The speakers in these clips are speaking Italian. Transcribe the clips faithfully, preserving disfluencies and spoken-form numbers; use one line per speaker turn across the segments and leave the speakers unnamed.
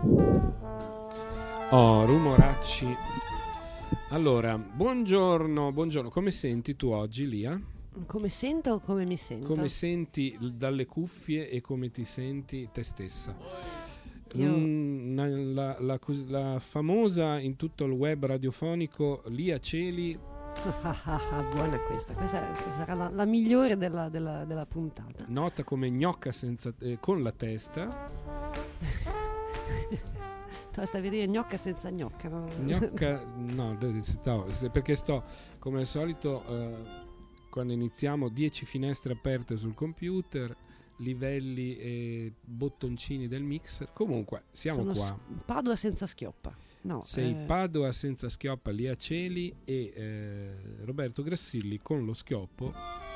Oh, rumoracci. Allora, buongiorno, buongiorno. Come senti tu oggi, Lia?
Come sento o come mi sento?
Come senti dalle cuffie e come ti senti te stessa?
Io...
Mm, la, la, la, la famosa in tutto il web radiofonico Lia Celi.
Buona questa, questa sarà la, la migliore della, della, della puntata.
Nota come gnocca senza, eh, con la testa.
Stavi a dire gnocca senza gnocca, no?
Gnocca, no, sto, perché sto come al solito eh, quando iniziamo dieci finestre aperte sul computer, livelli e bottoncini del mixer. Comunque siamo
Sono
qua.
S- Padova senza schioppa. No,
Sei
eh...
Padova senza schioppa, Lia Celi e eh, Roberto Grassilli con lo schioppo.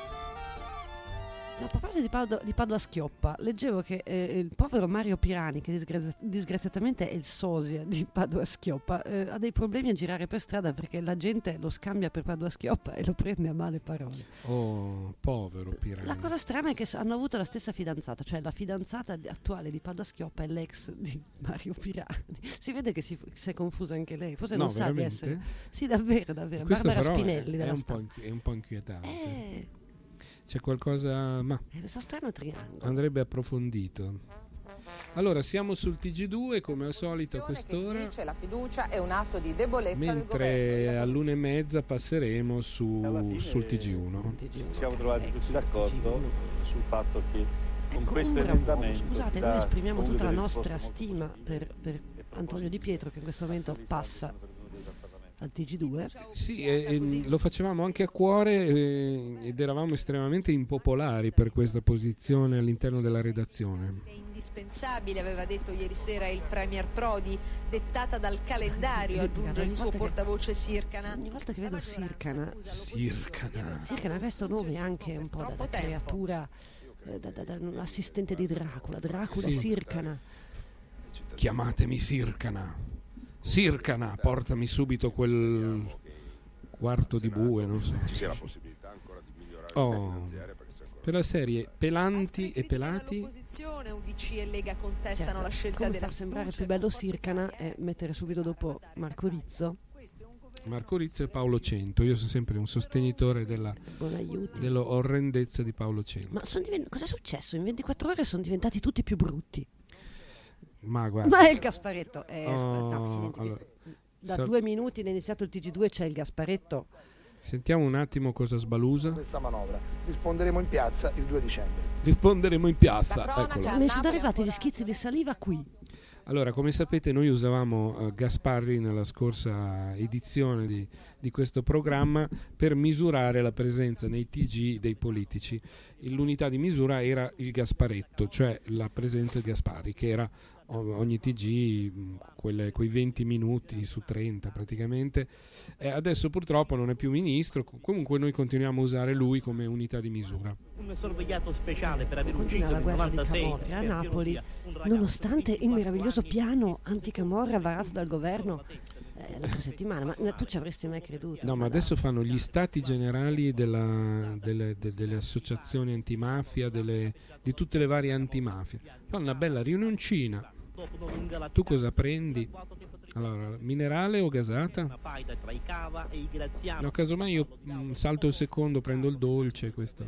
A proposito di Padova, di Padova Schioppa, leggevo che eh, il povero Mario Pirani, che disgrazi- disgraziatamente è il sosia di Padova Schioppa, eh, ha dei problemi a girare per strada perché la gente lo scambia per Padova Schioppa e lo prende a male parole.
Oh, povero Pirani.
La cosa strana è che hanno avuto la stessa fidanzata, cioè la fidanzata attuale di Padova Schioppa è l'ex di Mario Pirani. Si vede che si, si è confusa anche lei, forse
no,
non
veramente?
sa di essere... Sì, davvero, davvero.
Questo
Barbara
però
Spinelli
è,
della
è, un po',
stampa.
è un po' inquietante.
Eh...
C'è qualcosa, ma
Eh, so strano triangolo.
andrebbe approfondito. Allora, siamo sul T G due come al solito a quest'ora.
Dice la fiducia è un atto di debolezza
Mentre all'una e mezza passeremo su, sul T G uno.
Ci siamo trovati tutti d'accordo sul fatto che con
Ecco,
questo
un bravo.
emendamento
Scusate,
si
noi
dà
esprimiamo tutta la
delle
nostra
risposte
stima
molto
per, per Antonio Di Pietro, che in questo momento passa al T G due.
Sì, e, e lo facevamo anche a cuore e, ed eravamo estremamente impopolari per questa posizione all'interno della redazione.
È indispensabile, aveva detto ieri sera il Premier Prodi, dettata dal calendario, aggiunge il suo portavoce Sircana.
Ogni volta che vedo Sircana,
Sircana.
Sircana, questo nome anche un po' da, da creatura, eh, da, da, da un assistente di Dracula, Dracula
Sì.
Sircana.
Chiamatemi Sircana. Sircana, portami subito quel quarto di bue, non so.
Ci sia la possibilità ancora di migliorare
Oh, per la serie Pelanti e Pelati.
L'opposizione, U D C e Lega contestano
Certo,
la scelta
come
della
far sembrare
fiducia
più bello Sircana è mettere subito dopo Marco Rizzo.
Marco Rizzo e Paolo Cento. Io sono sempre un sostenitore della,
Buon aiuti.
dell'orrendezza di Paolo Cento.
Ma sono divent- cosa è successo? In ventiquattro ore sono diventati tutti più brutti.
Ma guarda,
Ma è il Gasparetto. Eh,
Oh,
scusa, no, accidenti,
allora,
da
sa-
due minuti è iniziato il T G due, c'è il Gasparetto.
sentiamo un attimo cosa sbalusa.
Questa manovra risponderemo in piazza il due dicembre.
Risponderemo in piazza. Eccolo.
Mi sono arrivati gli schizzi di saliva qui.
Allora, come sapete, noi usavamo uh, Gasparri nella scorsa edizione di, di questo programma per misurare la presenza nei T G dei politici. L'unità di misura era il Gasparetto, cioè la presenza di Gasparri, che era ogni T G quelle, quei venti minuti su trenta praticamente. Eh, adesso purtroppo non è più ministro, comunque noi continuiamo a usare lui come unità di misura.
Un sorvegliato speciale per aver
Continua
ucciso
la
nel
guerra di
novantasei
Camorra a
per
Napoli,
gelosia un ragazzo
nonostante
di
il
ventiquattro
meraviglioso
anni.
piano anticamorra varato dal governo eh, l'altra settimana. Ma tu ci avresti mai creduto?
No, ma adesso fanno gli stati generali della, delle, de, delle associazioni antimafia, delle, di tutte le varie antimafie. Fanno una bella riunioncina. Tu cosa prendi? Allora, minerale o gasata? No, casomai io mh, salto il secondo, prendo il dolce. Questo.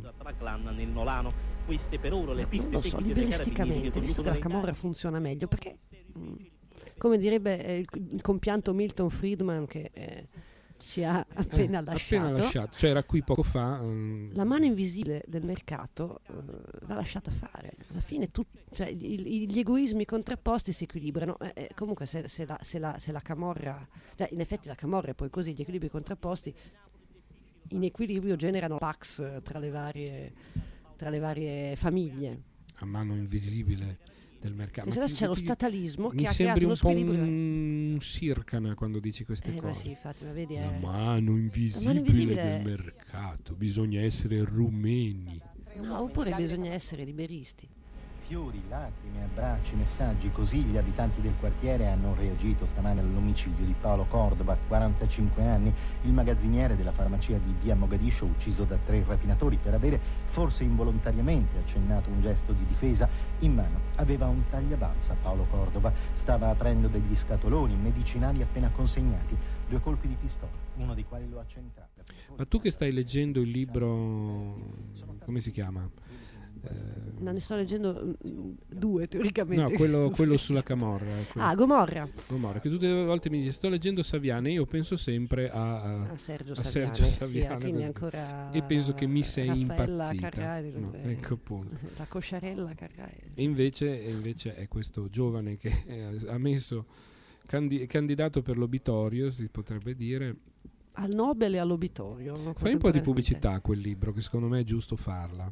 Non lo so, liberisticamente, visto che la Camorra funziona meglio, perché, mh, come direbbe eh, il, il compianto Milton Friedman che eh, ci ha appena
eh,
lasciato,
appena lasciato, cioè era qui poco fa. Um,
la mano invisibile del mercato eh, va lasciata fare. Alla fine tu, cioè, gli, gli egoismi contrapposti si equilibrano. Eh, eh, comunque se, se, la, se, la, se la Camorra, cioè, in effetti la Camorra e poi così gli equilibri contrapposti in equilibrio generano pax tra le varie, tra le varie famiglie.
A mano invisibile del mercato.
E se adesso c'è lo statalismo
mi
che ha
sembri
creato uno
un po'
squilibrio.
un Sircana quando dici queste
Eh, ma
cose.
sì, infatti, ma vedi,
La
eh,
mano invisibile,
la mano invisibile
del
è-
mercato, bisogna essere rumeni.
no, oppure bisogna essere liberisti.
Fiori, lacrime, abbracci, messaggi, così gli abitanti del quartiere hanno reagito stamane all'omicidio di Paolo Cordova, quarantacinque anni, il magazziniere della farmacia di via Mogadiscio, ucciso da tre rapinatori per avere, forse involontariamente, accennato un gesto di difesa. In mano aveva un tagliabalza. Paolo Cordova stava aprendo degli scatoloni medicinali appena consegnati, due colpi di pistola, uno dei quali lo ha centrato.
Ma tu che stai leggendo il libro, come si chiama?
Eh, no, ne sto leggendo due teoricamente.
No, quello, quello sulla Camorra. Quello.
Ah, Gomorra.
Gomorra, che tutte le volte mi dice sto leggendo Saviano e io penso sempre a, a,
a Sergio
a
Saviano,
Sergio Saviano
sì, quindi ancora
e penso che mi sei
Raffaella
impazzita.
Carrari,
No,
eh,
ecco appunto.
La Cosciarella Carrari.
E invece, e invece è questo giovane che eh, ha messo candi- candidato per l'obitorio, si potrebbe dire.
Al Nobel e all'obitorio.
Fai un po' di pubblicità a quel libro, che secondo me è giusto farla.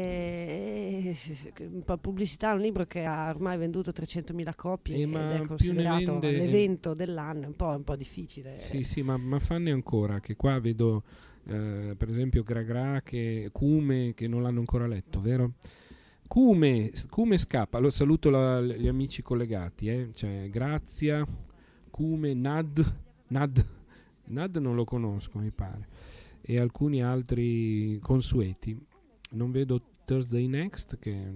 E, un po' pubblicità, un libro che ha ormai venduto trecentomila copie
eh,
ed
ma
è considerato
vende,
l'evento dell'anno, un po', un po' difficile.
Sì, sì, ma, ma fanne ancora, che qua vedo eh, per esempio Gragra, che, Cume, che non l'hanno ancora letto, vero? Cume, Cume scappa, allora saluto la, gli amici collegati, eh. Cioè, Grazia, Cume, Nad, Nad, Nad non lo conosco mi pare, e alcuni altri consueti. Non vedo Thursday Next che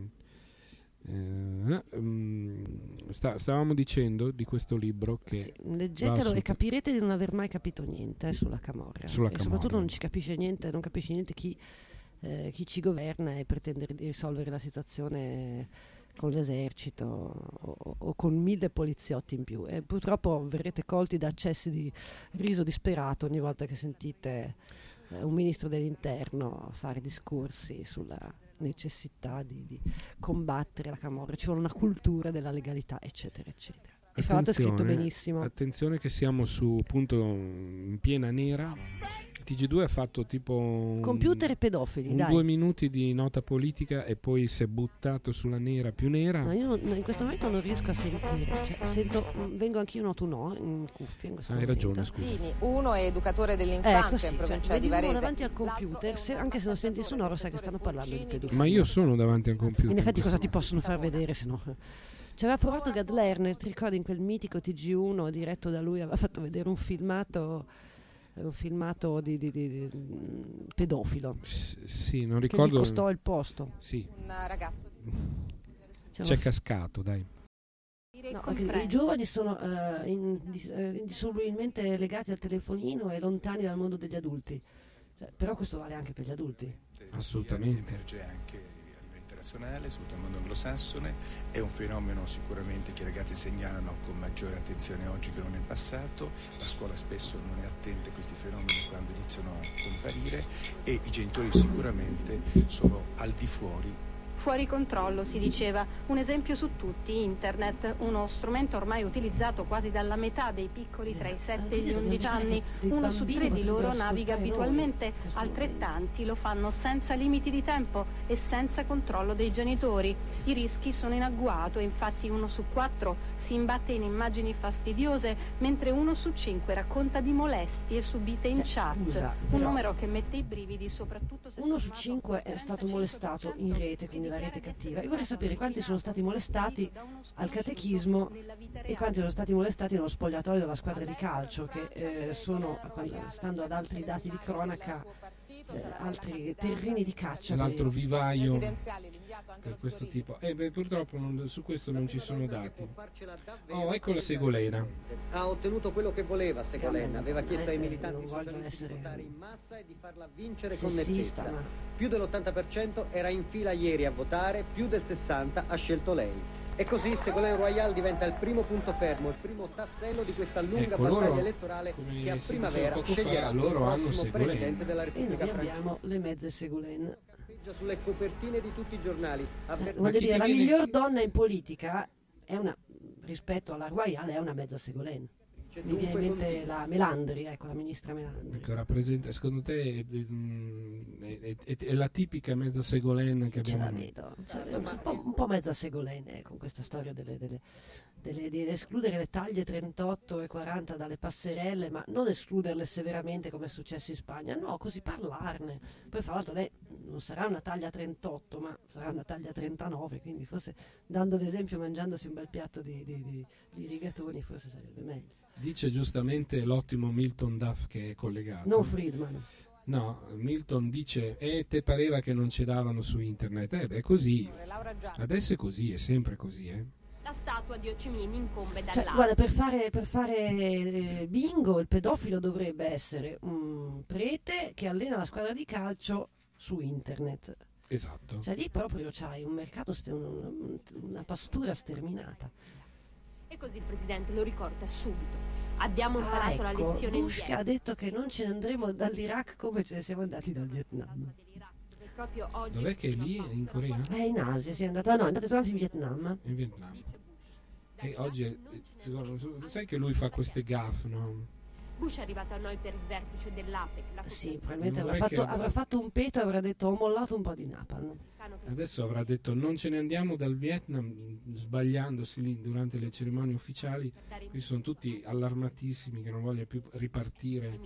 eh, um, sta, stavamo dicendo di questo libro che
sì, leggetelo e capirete di non aver mai capito niente eh, sulla Camorra,
sulla
e
Camorra.
soprattutto non ci capisce niente, non capisce niente chi, eh, chi ci governa e pretende di risolvere la situazione con l'esercito o, o con mille poliziotti in più, e purtroppo verrete colti da accessi di riso disperato ogni volta che sentite eh, un ministro dell'interno fare discorsi sulla necessità di, di combattere la camorra, ci vuole una cultura della legalità eccetera eccetera. E fra l'altro è scritto benissimo.
Attenzione che siamo su appunto in piena nera. T G due ha fatto tipo un,
computer e pedofili,
un
dai.
due minuti di nota politica e poi si è buttato sulla nera più nera.
No, io non, in questo momento non riesco a sentire, cioè, sento, vengo anch'io no tu no in cuffia in questo
Hai
momento.
ragione, scusa.
Uno è educatore dell'infanzia
ecco, sì,
in provincia
cioè,
di Varese.
davanti al computer, se, anche se non senti il sonoro sai che stanno parlando di pedofilia.
Ma io sono davanti al computer.
In effetti cosa ti possono far vedere se no? Ci aveva provato Gad Lerner, ti ricordi, in quel mitico T G uno diretto da lui, aveva fatto vedere un filmato un filmato di, di, di, di pedofilo.
S- sì, non ricordo.
Che gli costò il posto.
Sì.
Un ragazzo.
C'è cascato, dai.
No, i giovani sono uh, indis- uh, indissolubilmente legati al telefonino e lontani dal mondo degli adulti. Cioè, però questo vale anche per gli adulti.
Assolutamente. Emerge anche a livello internazionale, soprattutto nel mondo anglosassone, è un fenomeno sicuramente che i ragazzi segnalano con maggiore attenzione oggi che non in passato. La scuola spesso non è attenta a questi fenomeni quando iniziano a comparire e i genitori sicuramente sono al di fuori.
Fuori controllo, si diceva. Un esempio su tutti, internet, uno strumento ormai utilizzato quasi dalla metà dei piccoli tra i sette e gli undici anni. Uno su tre di loro naviga abitualmente, altrettanti lo fanno senza limiti di tempo e senza controllo dei genitori. I rischi sono in agguato, infatti uno su quattro si imbatte in immagini fastidiose, mentre uno su cinque racconta di molestie subite in
cioè,
chat.
scusa,
un numero che mette i brividi soprattutto se
uno su cinque è stato molestato in rete, quindi la rete cattiva. Io vorrei sapere quanti sono stati molestati al catechismo e quanti sono stati molestati nello spogliatoio della squadra di calcio, che eh, sono, stando ad altri dati di cronaca, eh, altri terreni di caccia.
L'altro vivaio per questo tipo. Eh beh, purtroppo non, su questo non ci sono dati. Oh, ecco la Segolena.
Ha ottenuto quello che voleva Segolena, aveva chiesto ai militanti
non
socialisti di votare in massa e di farla vincere con
sessista,
nettezza.
ma...
Più dell'ottanta per cento era in fila ieri a votare, più del sessanta per cento ha scelto lei. E così Ségolène Royal diventa il primo punto fermo, il primo tassello di questa lunga
ecco,
battaglia
loro,
elettorale che a
si
primavera
poco
sceglierà
fa, loro
il
hanno
prossimo
Ségolène.
presidente della
E
Repubblica
noi
francese.
abbiamo le mezze Ségolène.
Sulle copertine di tutti i giornali.
Eh, voglio dire, la
viene...
miglior donna in politica è una, rispetto alla Royal, è una mezza Ségolène. Mi viene in mente la Melandri, ecco, la ministra Melandri.
Che rappresenta, secondo te, è, è, è, è la tipica mezza Ségolène che
Ce
abbiamo
la
noi?
vedo, cioè, un, po', un po' mezza Ségolène, eh, con questa storia delle, delle, delle, di escludere le taglie trentotto e quaranta dalle passerelle, ma non escluderle severamente come è successo in Spagna, no, così parlarne. Poi fra l'altro lei non sarà una taglia trentotto, ma sarà una taglia trentanove, quindi forse dando l'esempio, mangiandosi un bel piatto di, di, di, di rigatoni, forse sarebbe meglio.
Dice giustamente l'ottimo Milton Duff, che è collegato.
Non Friedman.
No, Milton dice, e te pareva che non ci davano su internet? Eh beh, così. Adesso è così, è sempre così, eh.
La statua di Ho Chi Minh incombe
Cioè,
dall'alto.
guarda, per fare, per fare eh, bingo, il pedofilo dovrebbe essere un prete che allena la squadra di calcio su internet.
Esatto.
Cioè lì proprio c'hai un mercato, st- una, una pastura sterminata.
E così il presidente lo ricorda subito. Abbiamo
Ah,
imparato la
ecco,
lezione
Bush che
indietro.
ha detto che non ce ne andremo dall'Iraq come ce ne siamo andati dal Vietnam.
Proprio oggi
Dov'è che è lì? È in Corea?
È in Asia, si è andato, no, è andato tornato in Vietnam.
In Vietnam. E oggi, è, sai che lui fa queste gaffe, no?
Bush è arrivato a noi per il vertice dell'APEC. La
Sì, probabilmente
Non
avrà
è che-
fatto, avrà fatto un peto e avrà detto ho mollato un po' di napalm.
Adesso avrà detto non ce ne andiamo dal Vietnam, sbagliandosi lì durante le cerimonie ufficiali. Qui sono tutti allarmatissimi che non vogliono più ripartire,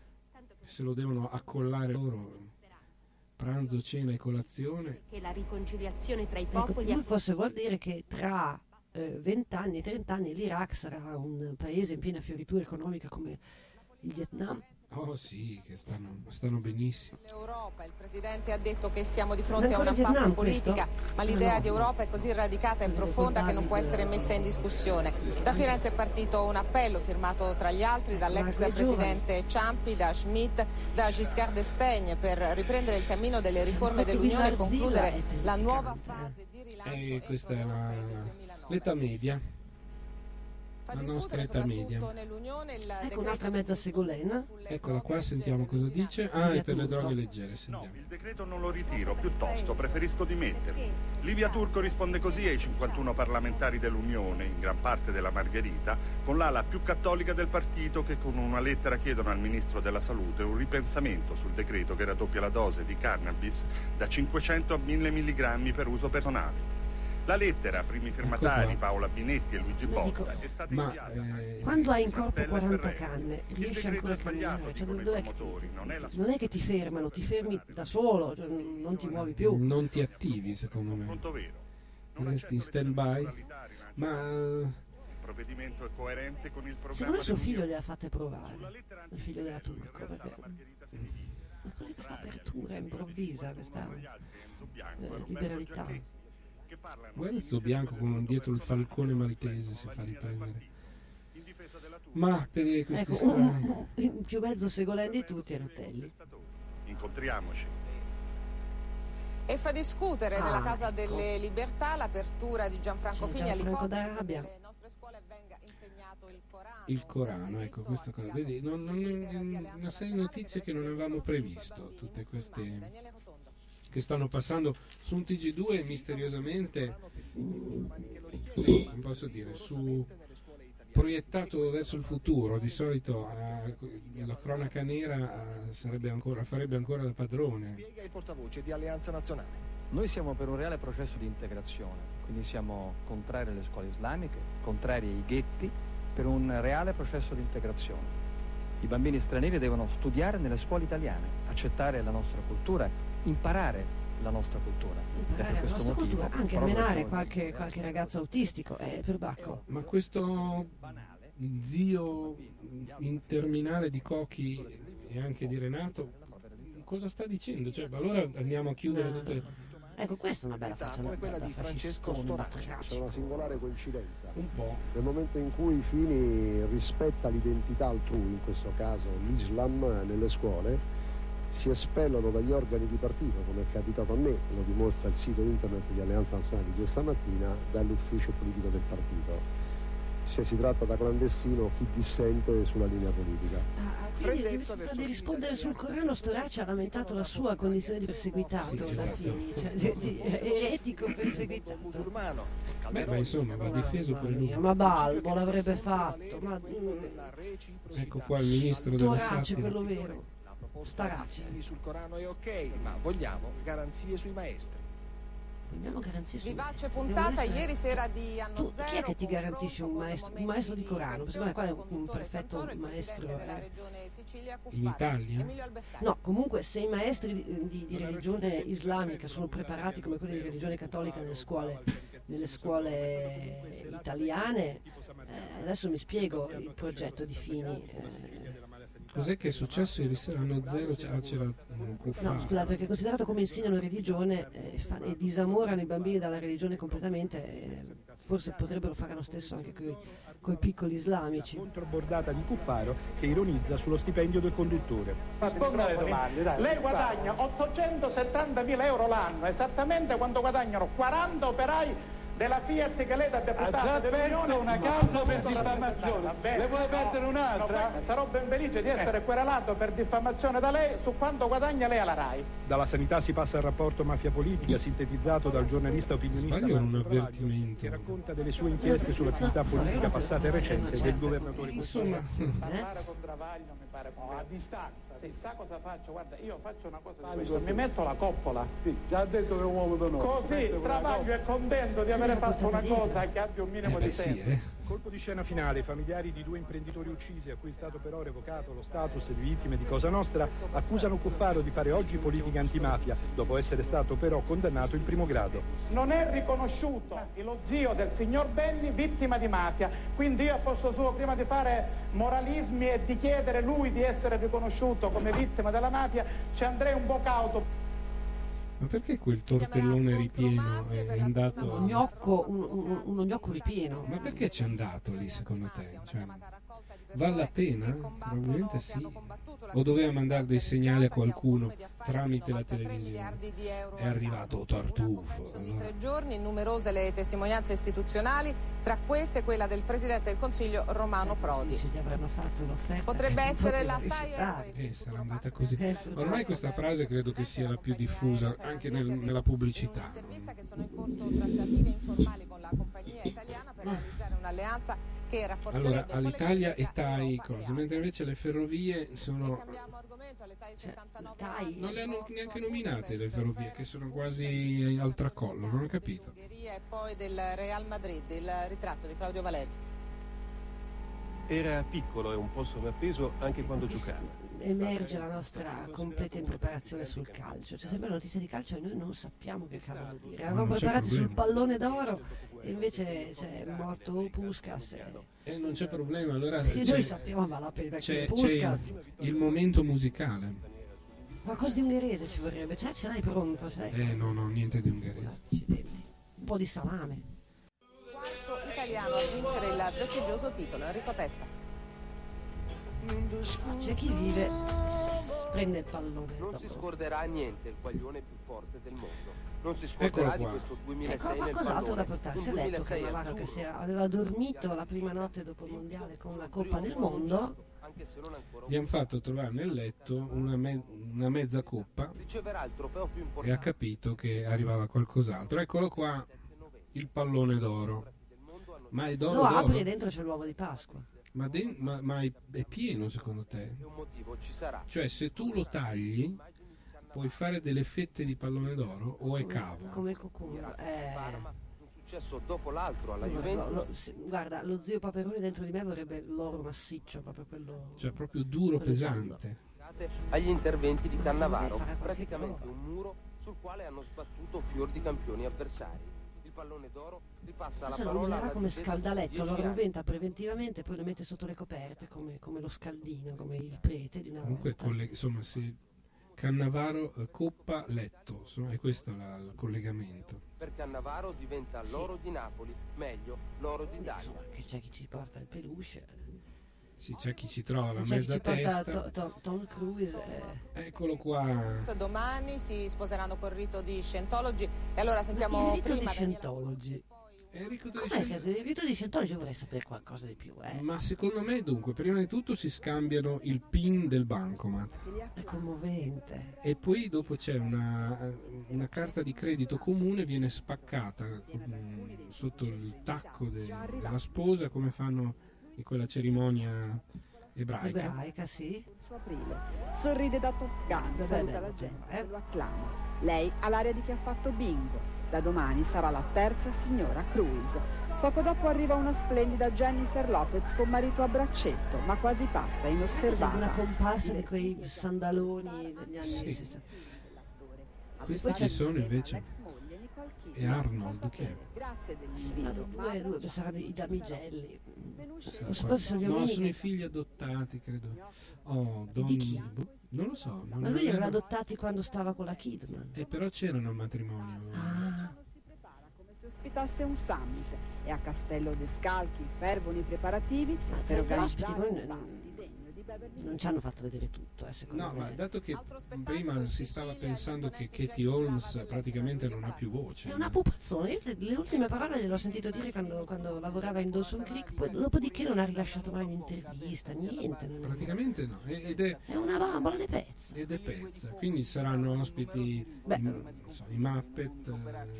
se lo devono accollare loro. Pranzo, cena e colazione.
Che la riconciliazione tra i
Ecco,
popoli
lui forse vuol dire che tra venti anni, trenta anni l'Iraq sarà un paese in piena fioritura economica come il Vietnam.
Oh sì, che stanno, stanno benissimo.
L'Europa, il Presidente ha detto che siamo di fronte
È
a
ancora
una
Vietnam
passe politica,
questo?
ma l'idea
Ah, no.
di Europa è così radicata e
Me lo
profonda che non
ricordavi
può essere
per-
messa in discussione. Da Firenze è partito un appello firmato tra gli altri dall'ex
Ma quei
Presidente Ciampi, da Schmidt, da Giscard d'Estaing per riprendere il cammino delle riforme
fatto
dell'Unione e
Godzilla,
concludere
è
la nuova
terrificante,
fase di rilancio.
E questa è la, l'età media.
Fa
La
discutere
nostra età media.
soprattutto nell'Unione il
Ecco
decreto
un'altra
di
mezza
chiusura
Segolena.
sulle
Eccola qua,
droghe
sentiamo cosa dice. Ah, è per le droghe leggere,
No,
sentiamo.
il decreto non lo ritiro, piuttosto preferisco dimettermi. Livia Turco risponde così ai cinquantuno parlamentari dell'Unione, in gran parte della Margherita, con l'ala più cattolica del partito che con una lettera chiedono al Ministro della Salute un ripensamento sul decreto che raddoppia la dose di cannabis da cinquecento a mille milligrammi per uso personale. La lettera, primi firmatari
qua.
Paola Binesti e Luigi
Ma dico-
Botta, è stata
Ma,
inviata
eh,
Quando hai in corpo
Castello e
quaranta
Ferrero.
canne,
Il
riesci
decreto
ancora a
è sbagliato,
camminare? Cioè,
dicono i
dov'è che
promotori,
ti-
non è la
non è che ti fermano, ti fermi da solo, cioè, non ti muovi più.
Non ti attivi, secondo me.
Confronto vero. Non
Resti in
accetto le
stand-by.
strumentalità rilanciate.
Ma
Il provvedimento è coerente con il programma
Secondo me suo figlio
dell'Unione.
le ha fatte provare,
Sulla lettera
il figlio della
antidichiaro,
Turco,
in realtà
perché
la Margherita si divide.
ma così questa apertura improvvisa, questa
Enzo Bianco e
eh,
Roberto
liberalità.
Gianchetti, che parlano
guarda
di
il suo bianco con dietro il falcone maltese, si fa riprendere. Ma per questi
Ecco, un-
strani.
un- il più mezzo Segolène di tutti è Rutelli.
Incontriamoci.
E fa discutere
Ah,
nella Casa
ecco.
delle Libertà l'apertura di Gianfranco
C'è
Fini
Gianfranco
all'ipotesi
d'Arabia.
che nelle nostre scuole venga insegnato il Corano.
Il Corano, ecco, questa cosa. Vedi, non, non, non- una serie di notizie che non avevamo previsto, tutte queste che stanno passando su un T G due misteriosamente, sì, non posso dire, su proiettato verso il futuro. Di solito eh, la cronaca nera eh, sarebbe ancora, farebbe ancora da padrone.
Spiega il portavoce di Alleanza Nazionale.
Noi siamo per un reale processo di integrazione, quindi siamo contrari alle scuole islamiche, contrari ai ghetti, per un reale processo di integrazione. I bambini stranieri devono studiare nelle scuole italiane, accettare la nostra cultura, imparare la nostra cultura.
Imparare
E per
la
questo
nostra
motivo,
cultura, anche
proprio
menare
come-
qualche, qualche ragazzo autistico, è per Bacco.
Ma questo zio interminale di Cochi e anche di Renato cosa sta dicendo? Cioè, allora andiamo a chiudere tutte.
Ecco, questa è una bella faccia
come quella
da
di Francesco
fascistone,
Storacci.
da
C'è una singolare coincidenza.
Un po'.
Nel momento in cui Fini rispetta l'identità altrui, in questo caso l'Islam, nelle scuole, si espellono dagli organi di partito, come è capitato a me, lo dimostra il sito internet di Alleanza Nazionale di questa mattina, dall'ufficio politico del partito. Se si tratta da clandestino, chi dissente sulla linea politica.
Ah, quindi invece di rispondere sul Corano, Storacci ha lamentato la sua condizione di perseguitato
Sì,
da
esatto.
Fini, cioè di, di eretico perseguitato.
Musulmano.
Beh, ma insomma, va difeso pure lui.
Ma Balbo l'avrebbe fatto, ma
Ecco qua il ministro della
Storacci,
satira.
quello vero.
La proposta
Staracci.
di Fini sul Corano è ok, ma vogliamo garanzie sui maestri.
Vogliamo garanzie sui
Vivace
maestri.
puntata
essere...
ieri sera di Anno
tu,
Zero.
Chi è che ti garantisce un maestro, un maestro di Corano? Secondo me qua è un, un perfetto maestro. Eh.
In Italia?
No, comunque se i maestri di, di, di religione islamica sono preparati come quelli di religione cattolica nelle scuole, nelle scuole italiane, eh, adesso mi spiego il progetto di Fini. Eh,
Cos'è che è successo ieri sera? Anno Zero c'era, c'era un Cuffaro.
No, scusate, perché considerato come insegnano religione eh, fa, e disamorano i bambini dalla religione completamente, eh, forse potrebbero fare lo stesso anche con i piccoli islamici.
Controbordata di Cuffaro che ironizza sullo stipendio del conduttore.
Risponda alle domande, dai. Lei guadagna ottocentosettantamila euro l'anno, esattamente quanto guadagnano quaranta operai della Fiat che lei da deputato
ha già perso una causa per diffamazione. Le vuole perdere un'altra?
No, sarò ben felice di essere eh. querelato per diffamazione da lei su quanto guadagna lei alla RAI.
Dalla sanità si passa al rapporto mafia politica sintetizzato dal giornalista opinionista
Sbaglio un avvertimento
che racconta delle sue inchieste sull'attività politica passata e recente del governatore.
Insomma,
parlare con Travaglio mi pare no, a distanza. Se sa cosa faccio, guarda, io faccio una cosa di questa, mi metto la coppola.
Sì, già ha detto che è un uomo d'onore.
Così Travaglio è contento di avere fatto una cosa che abbia un minimo
eh beh,
di senso.
Sì, eh.
Colpo di scena finale, i familiari di due imprenditori uccisi, a cui è stato però revocato lo status di vittime di Cosa Nostra, accusano Cuffaro di fare oggi politica antimafia, dopo essere stato però condannato in primo grado.
Non è riconosciuto lo zio del signor Benni vittima di mafia, quindi io a posto suo, prima di fare moralismi e di chiedere lui di essere riconosciuto come vittima della mafia, ci andrei un po' cauto.
Ma perché quel tortellone ripieno è andato...
Un gnocco, un, un, uno gnocco ripieno.
Ma perché c'è andato lì secondo te? Cioè, vale la pena? Probabilmente sì. O doveva mandare dei segnali a qualcuno tramite la televisione? È arrivato Tartufo.
Allora. Di tre giorni, numerose le testimonianze istituzionali, tra queste quella del Presidente del Consiglio Romano Prodi.
Se gli avranno fatto l'offerta,
potrebbe essere la taglia.
Eh, sarà andata così. Ormai questa frase credo che sia la più diffusa anche nel, nella pubblicità.
Che sono in corso trattative informali con la compagnia italiana per realizzare un'alleanza che rafforzerebbe.
Allora, all'Italia e TAI cose, mentre invece le ferrovie sono...
Cioè, TAI.
Non le hanno neanche nominate le ferrovie, che sono quasi al tracollo, non ho capito.
E poi del Real Madrid, il ritratto di Claudio Valeri.
Era piccolo e un po' sovrappeso anche quando giocava.
Emerge la nostra completa impreparazione sul calcio. C'è sempre notizie di calcio e noi non sappiamo che cavolo dire. Eravamo preparati sul pallone d'oro e invece c'è morto Puskas. E
eh, non c'è problema, allora
e noi sappiamo a malapena che Puskas.
C'è il, il momento musicale.
Qualcosa di ungherese ci vorrebbe, cioè, ce l'hai pronto? Ce l'hai?
Eh no, no, niente di ungherese.
Accidenti. Un po' di salame.
Quarto italiano a vincere il prestigioso titolo, Enrico Testa.
C'è chi vive, prende il pallone.
Non
dopo.
si scorderà niente il quaglione più forte del mondo. Non si scorderà di questo duemilasei
ecco,
nel
qualcos'altro
pallone.
da portarsi. Ha detto Cannavaro che si aveva dormito la prima notte dopo il mondiale con la Coppa del Mondo.
Gli hanno fatto trovare nel letto una, me una mezza coppa e ha capito che arrivava qualcos'altro. Eccolo qua, il pallone d'oro. Ma è d'oro?
Lo apri e dentro c'è l'uovo di Pasqua.
Ma, ma, ma è, è pieno secondo te? Cioè se tu lo tagli puoi fare delle fette di pallone d'oro o è cavo?
Come il cucumbo. Eh...
Un successo dopo l'altro alla Juventus.
Lo, lo, sì, guarda, lo zio Paperone dentro di me vorrebbe l'oro massiccio, proprio quello.
Cioè proprio duro, pesante.
Agli interventi di Cannavaro, praticamente un muro sul quale hanno sbattuto fior di campioni avversari. Pallone d'oro ripassa la
se
parola
lo userà come scaldaletto, lo roventa preventivamente, poi lo mette sotto le coperte come, come lo scaldino, come il prete di una
comunque
volta.
Insomma, se Cannavaro eh, coppa letto, insomma, è questo la, il collegamento.
Per Cannavaro diventa sì. l'oro di Napoli, meglio l'oro d'Italia.
Che c'è chi ci porta il peluche.
Sì, c'è chi ci trova la
c'è
mezza
chi ci
testa.
To, to, Tom Cruise. Eh.
Eccolo qua.
Domani si sposeranno col rito di Scientology. E allora sentiamo
il rito
prima
di Scientology.
Il rito di,
Com'è che, il rito di Scientology vorrei sapere qualcosa di più. Eh.
Ma secondo me, dunque, prima di tutto si scambiano il PIN del bancomat.
È commovente.
E poi dopo c'è una, una carta di credito comune, viene spaccata mh, sotto il tacco de, della sposa, come fanno di quella cerimonia ebraica.
Ebraica, sì.
Aprile. Sorride da Top Gun, saluta la gente, lo acclama. Lei ha l'aria di chi ha fatto bingo. Da domani sarà la terza signora Cruise. Poco dopo arriva una splendida Jennifer Lopez con marito a braccetto, ma quasi passa inosservata.
Una comparsa di quei sandaloni degli anni
Sì.
sessanta.
Questi ci sono invece. E Arnold, chi è?
Grazie
Ma
dell'invito.
due, due saranno i damigelli.
Sa-
O se forse sono gli
no,
uomini
sono
che-
i figli adottati, credo. Oh, Don...
Di chi?
boh, non lo so. Non
Ma
non
lui li aveva
era-
adottati quando stava con la Kidman.
Eh, però c'erano al matrimonio.
Ah.
Come se ospitasse un summit e a Castello de Scalchi fervono i preparativi per
gli ospiti
organizzare
poi
un
non-
party degno di Beverly
Non ci hanno fatto vedere tutto, eh, secondo
No,
me.
ma dato che prima si stava pensando che Katie Holmes praticamente non ha più voce.
È una pupazzone. Io le, le ultime parole gliel'ho sentito dire quando, quando lavorava in Dawson Creek, poi dopodiché non ha rilasciato mai un'intervista, niente. non-
Praticamente no, e- ed è,
È una bambola di pezzi.
ed è pezza, quindi saranno ospiti i, non so, i Muppet.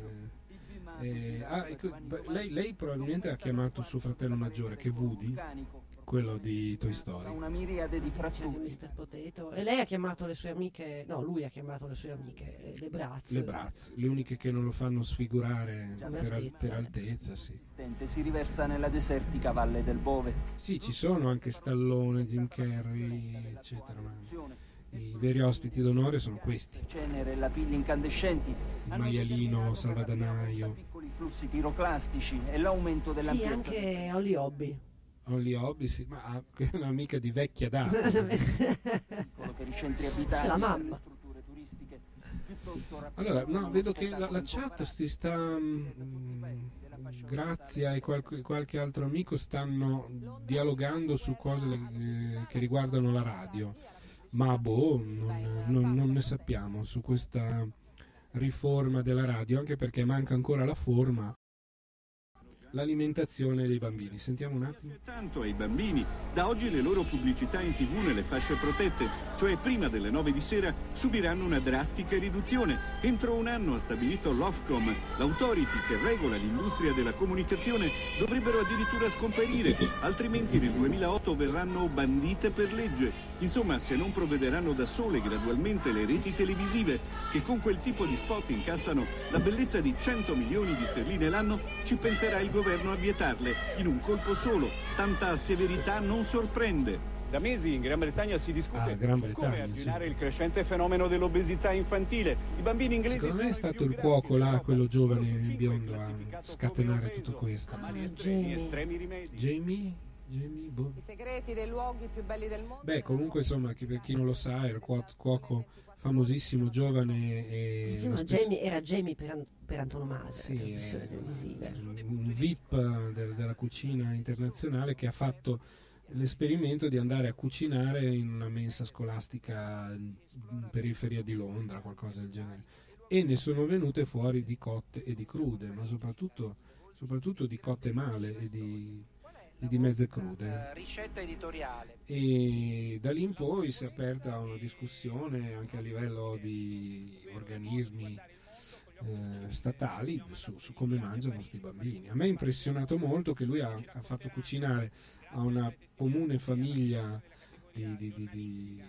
eh, eh, ah, ecco, beh, lei, lei probabilmente ha chiamato suo fratello maggiore, che è Woody, quello di Toy Story.
Una miriade di fratturi.
mister Potato. E lei ha chiamato le sue amiche, no, lui ha chiamato le sue amiche, eh, le Bratz.
Le Bratz, le uniche che non lo fanno sfigurare
Come
per, al-
altezza.
per altezza, sì.
Si riversa nella desertica Valle del Bove.
Sì, ci sono anche Stallone, Jim Carrey, eccetera, ma i veri ospiti d'onore sono questi.
Cenere e lapilli incandescenti.
Il maialino salvadanaio,
Piccoli flussi piroclastici e l'aumento della
Sì, anche Holly Hobby.
Holly Hobby, sì, ma ah, che è un'amica di vecchia data.
piccolo per i centri abitati.
Se la
e
mamma.
per le strutture turistiche. Piuttosto
Allora, no, vedo che la, la chat si sta, mm, Grazia e qualche, qualche altro amico stanno dialogando su cose eh, che riguardano la radio, ma boh, non, non- non ne sappiamo su questa riforma della radio, anche perché manca ancora la forma, l'alimentazione dei bambini. Sentiamo un attimo.
Tanto ai bambini, da oggi le loro pubblicità in tv nelle fasce protette, cioè prima delle nove di sera, subiranno una drastica riduzione. Entro un anno, ha stabilito l'Ofcom, l'autority che regola l'industria della comunicazione, dovrebbero addirittura scomparire, altrimenti nel duemilaotto verranno bandite per legge. Insomma, se non provvederanno da sole gradualmente le reti televisive, che con quel tipo di spot incassano la bellezza di cento milioni di sterline l'anno, ci penserà il governo a vietarle in un colpo solo. Tanta severità non sorprende.
Da mesi in Gran Bretagna si discute
Ah, Gran
su come
Bretagna,
arginare il crescente fenomeno dell'obesità infantile. I bambini inglesi
Secondo me
sono
è stato il cuoco là, quello giovane biondo, a scatenare tutto questo.
Jamie.
Jamie? Jamie? Boh.
I segreti dei luoghi più belli del mondo.
Beh, comunque insomma, chi- per chi non lo sa, era il cuo- cuoco famosissimo, giovane e
Sì,
una
ma
specie-
Jamie, era Jamie per, an- per antonomasia,
Sì,
la trasmissione
eh,
televisiva.
un V I P del- della cucina internazionale che ha fatto l'esperimento di andare a cucinare in una mensa scolastica in periferia di Londra, qualcosa del genere, e ne sono venute fuori di cotte e di crude, ma soprattutto, soprattutto di cotte male e di, e di mezze crude.
Ricetta editoriale.
E da lì in poi si è aperta una discussione anche a livello di organismi eh, statali su, su come mangiano sti bambini. A me è impressionato molto che lui ha, ha fatto cucinare a una comune famiglia di, di- di- di-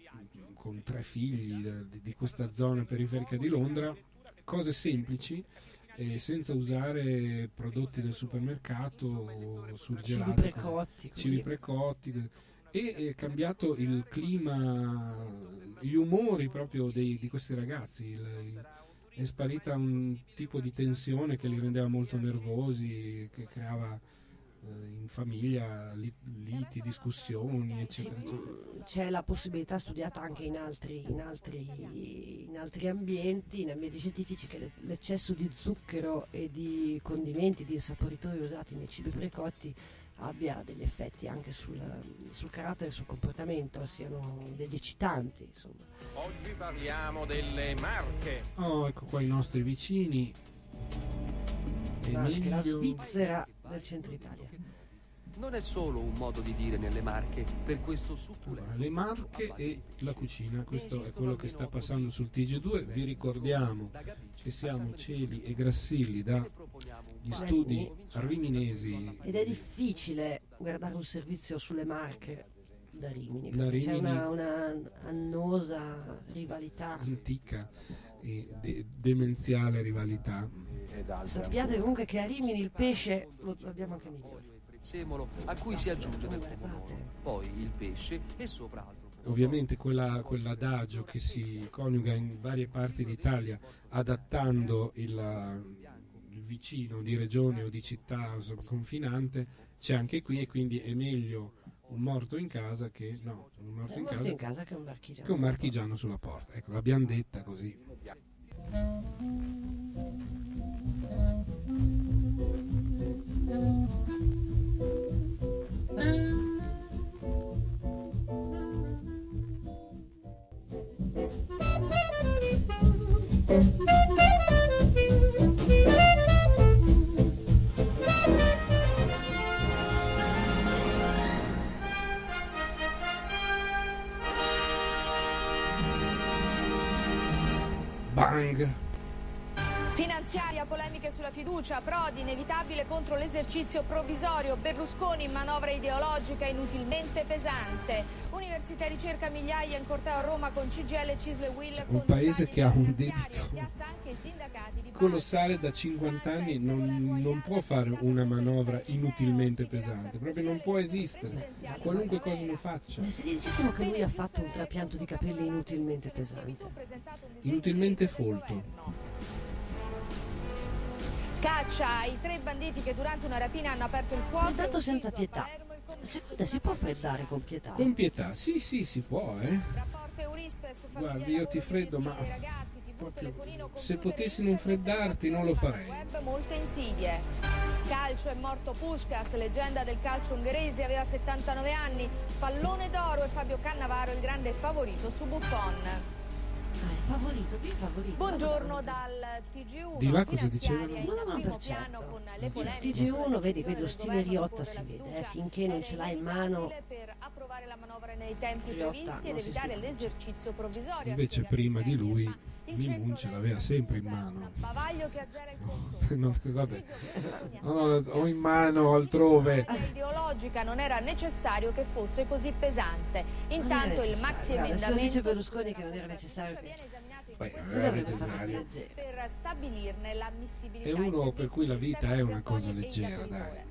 con tre figli di, di questa zona periferica di Londra cose semplici e senza usare prodotti del supermercato o surgelati,
Cibi precotti, così.
cibi precotti, e è cambiato il clima, gli umori proprio dei- di questi ragazzi. Il- il- è sparita un tipo di tensione che li rendeva molto nervosi, che creava eh, in famiglia li- liti, discussioni, eccetera, eccetera.
C'è la possibilità studiata anche in altri, in altri, in altri ambienti, in ambienti scientifici, che le- l'eccesso di zucchero e di condimenti, di insaporitori usati nei cibi precotti abbia degli effetti anche sul, sul carattere e sul comportamento, siano degli eccitanti, insomma.
Oggi parliamo delle Marche.
Oh, ecco qua i nostri vicini.
Marche, la
Emilio.
Svizzera del centro Italia.
Non è solo un modo di dire nelle Marche, per questo succulento.
Allora, le Marche e la cucina, questo è quello che sta passando sul T G due. Vi ricordiamo che siamo Celi e Grassilli dagli studi riminesi.
Ed è difficile guardare un servizio sulle Marche da Rimini,
Da
perché c'è
Rimini-
una, una annosa rivalità.
Antica e de- demenziale rivalità.
Sappiate comunque che a Rimini il pesce lo abbiamo anche migliore.
Prezzemolo a cui si aggiunge del pomodoro, poi il pesce e sopra altro.
Ovviamente quella, quell'adagio che si coniuga in varie parti d'Italia adattando il, il vicino di regione o di città insomma, confinante, c'è anche qui, e quindi è meglio un morto in casa che no, un morto,
Un
in,
morto
casa,
in casa che un marchigiano.
che un marchigiano sulla porta. Ecco, l'abbiamo detta così. Bang!
Finanziaria, polemiche sulla fiducia, Prodi inevitabile contro l'esercizio provvisorio, Berlusconi in manovra ideologica inutilmente pesante, Università e ricerca migliaia in corteo a Roma con C G I L e Cisle Will.
Un paese che ha un debito colossale da cinquanta anni non, non può fare una manovra inutilmente pesante, proprio non può esistere, qualunque cosa lo faccia.
Ma se gli dicessimo che lui ha fatto un trapianto di capelli inutilmente pesante,
Inutilmente folto.
Caccia ai tre banditi che durante una rapina hanno aperto il fuoco.
Soldato senza pietà. Secondo si può freddare con pietà?
Con pietà, sì sì si può, eh. Guardi, io ti freddo, ma proprio, se potessi non freddarti non lo farei.
Web molte insidie. Calcio è morto Puskás, leggenda del calcio ungherese, aveva settantanove anni. Pallone d'oro e Fabio Cannavaro il grande favorito su Buffon.
Ah, il favorito, più favorito.
Buongiorno dal T G uno.
Di là cosa dicevano?
No, no, no, per certo. Il T G uno, vedi, quello stile Riotta si vede, eh, finché non ce l'hai in mano.
Per approvare la manovra nei tempi
Riotta
previsti
non
ed
si
evitare
spiega.
l'esercizio provvisorio.
Invece prima di lui Mimun ce l'aveva sempre in mano.
Bavaglio che azzera il consumo.
No, vabbè. No, no, ho in mano altrove.
Ideologica non era necessario che fosse così pesante. Intanto il maxi
Guarda, se lo dice
emendamento
Berlusconi che non era necessario che...
Beh, non era necessario.
per stabilirne l'ammissibilità.
È uno per cui la vita è una cosa leggera, dai.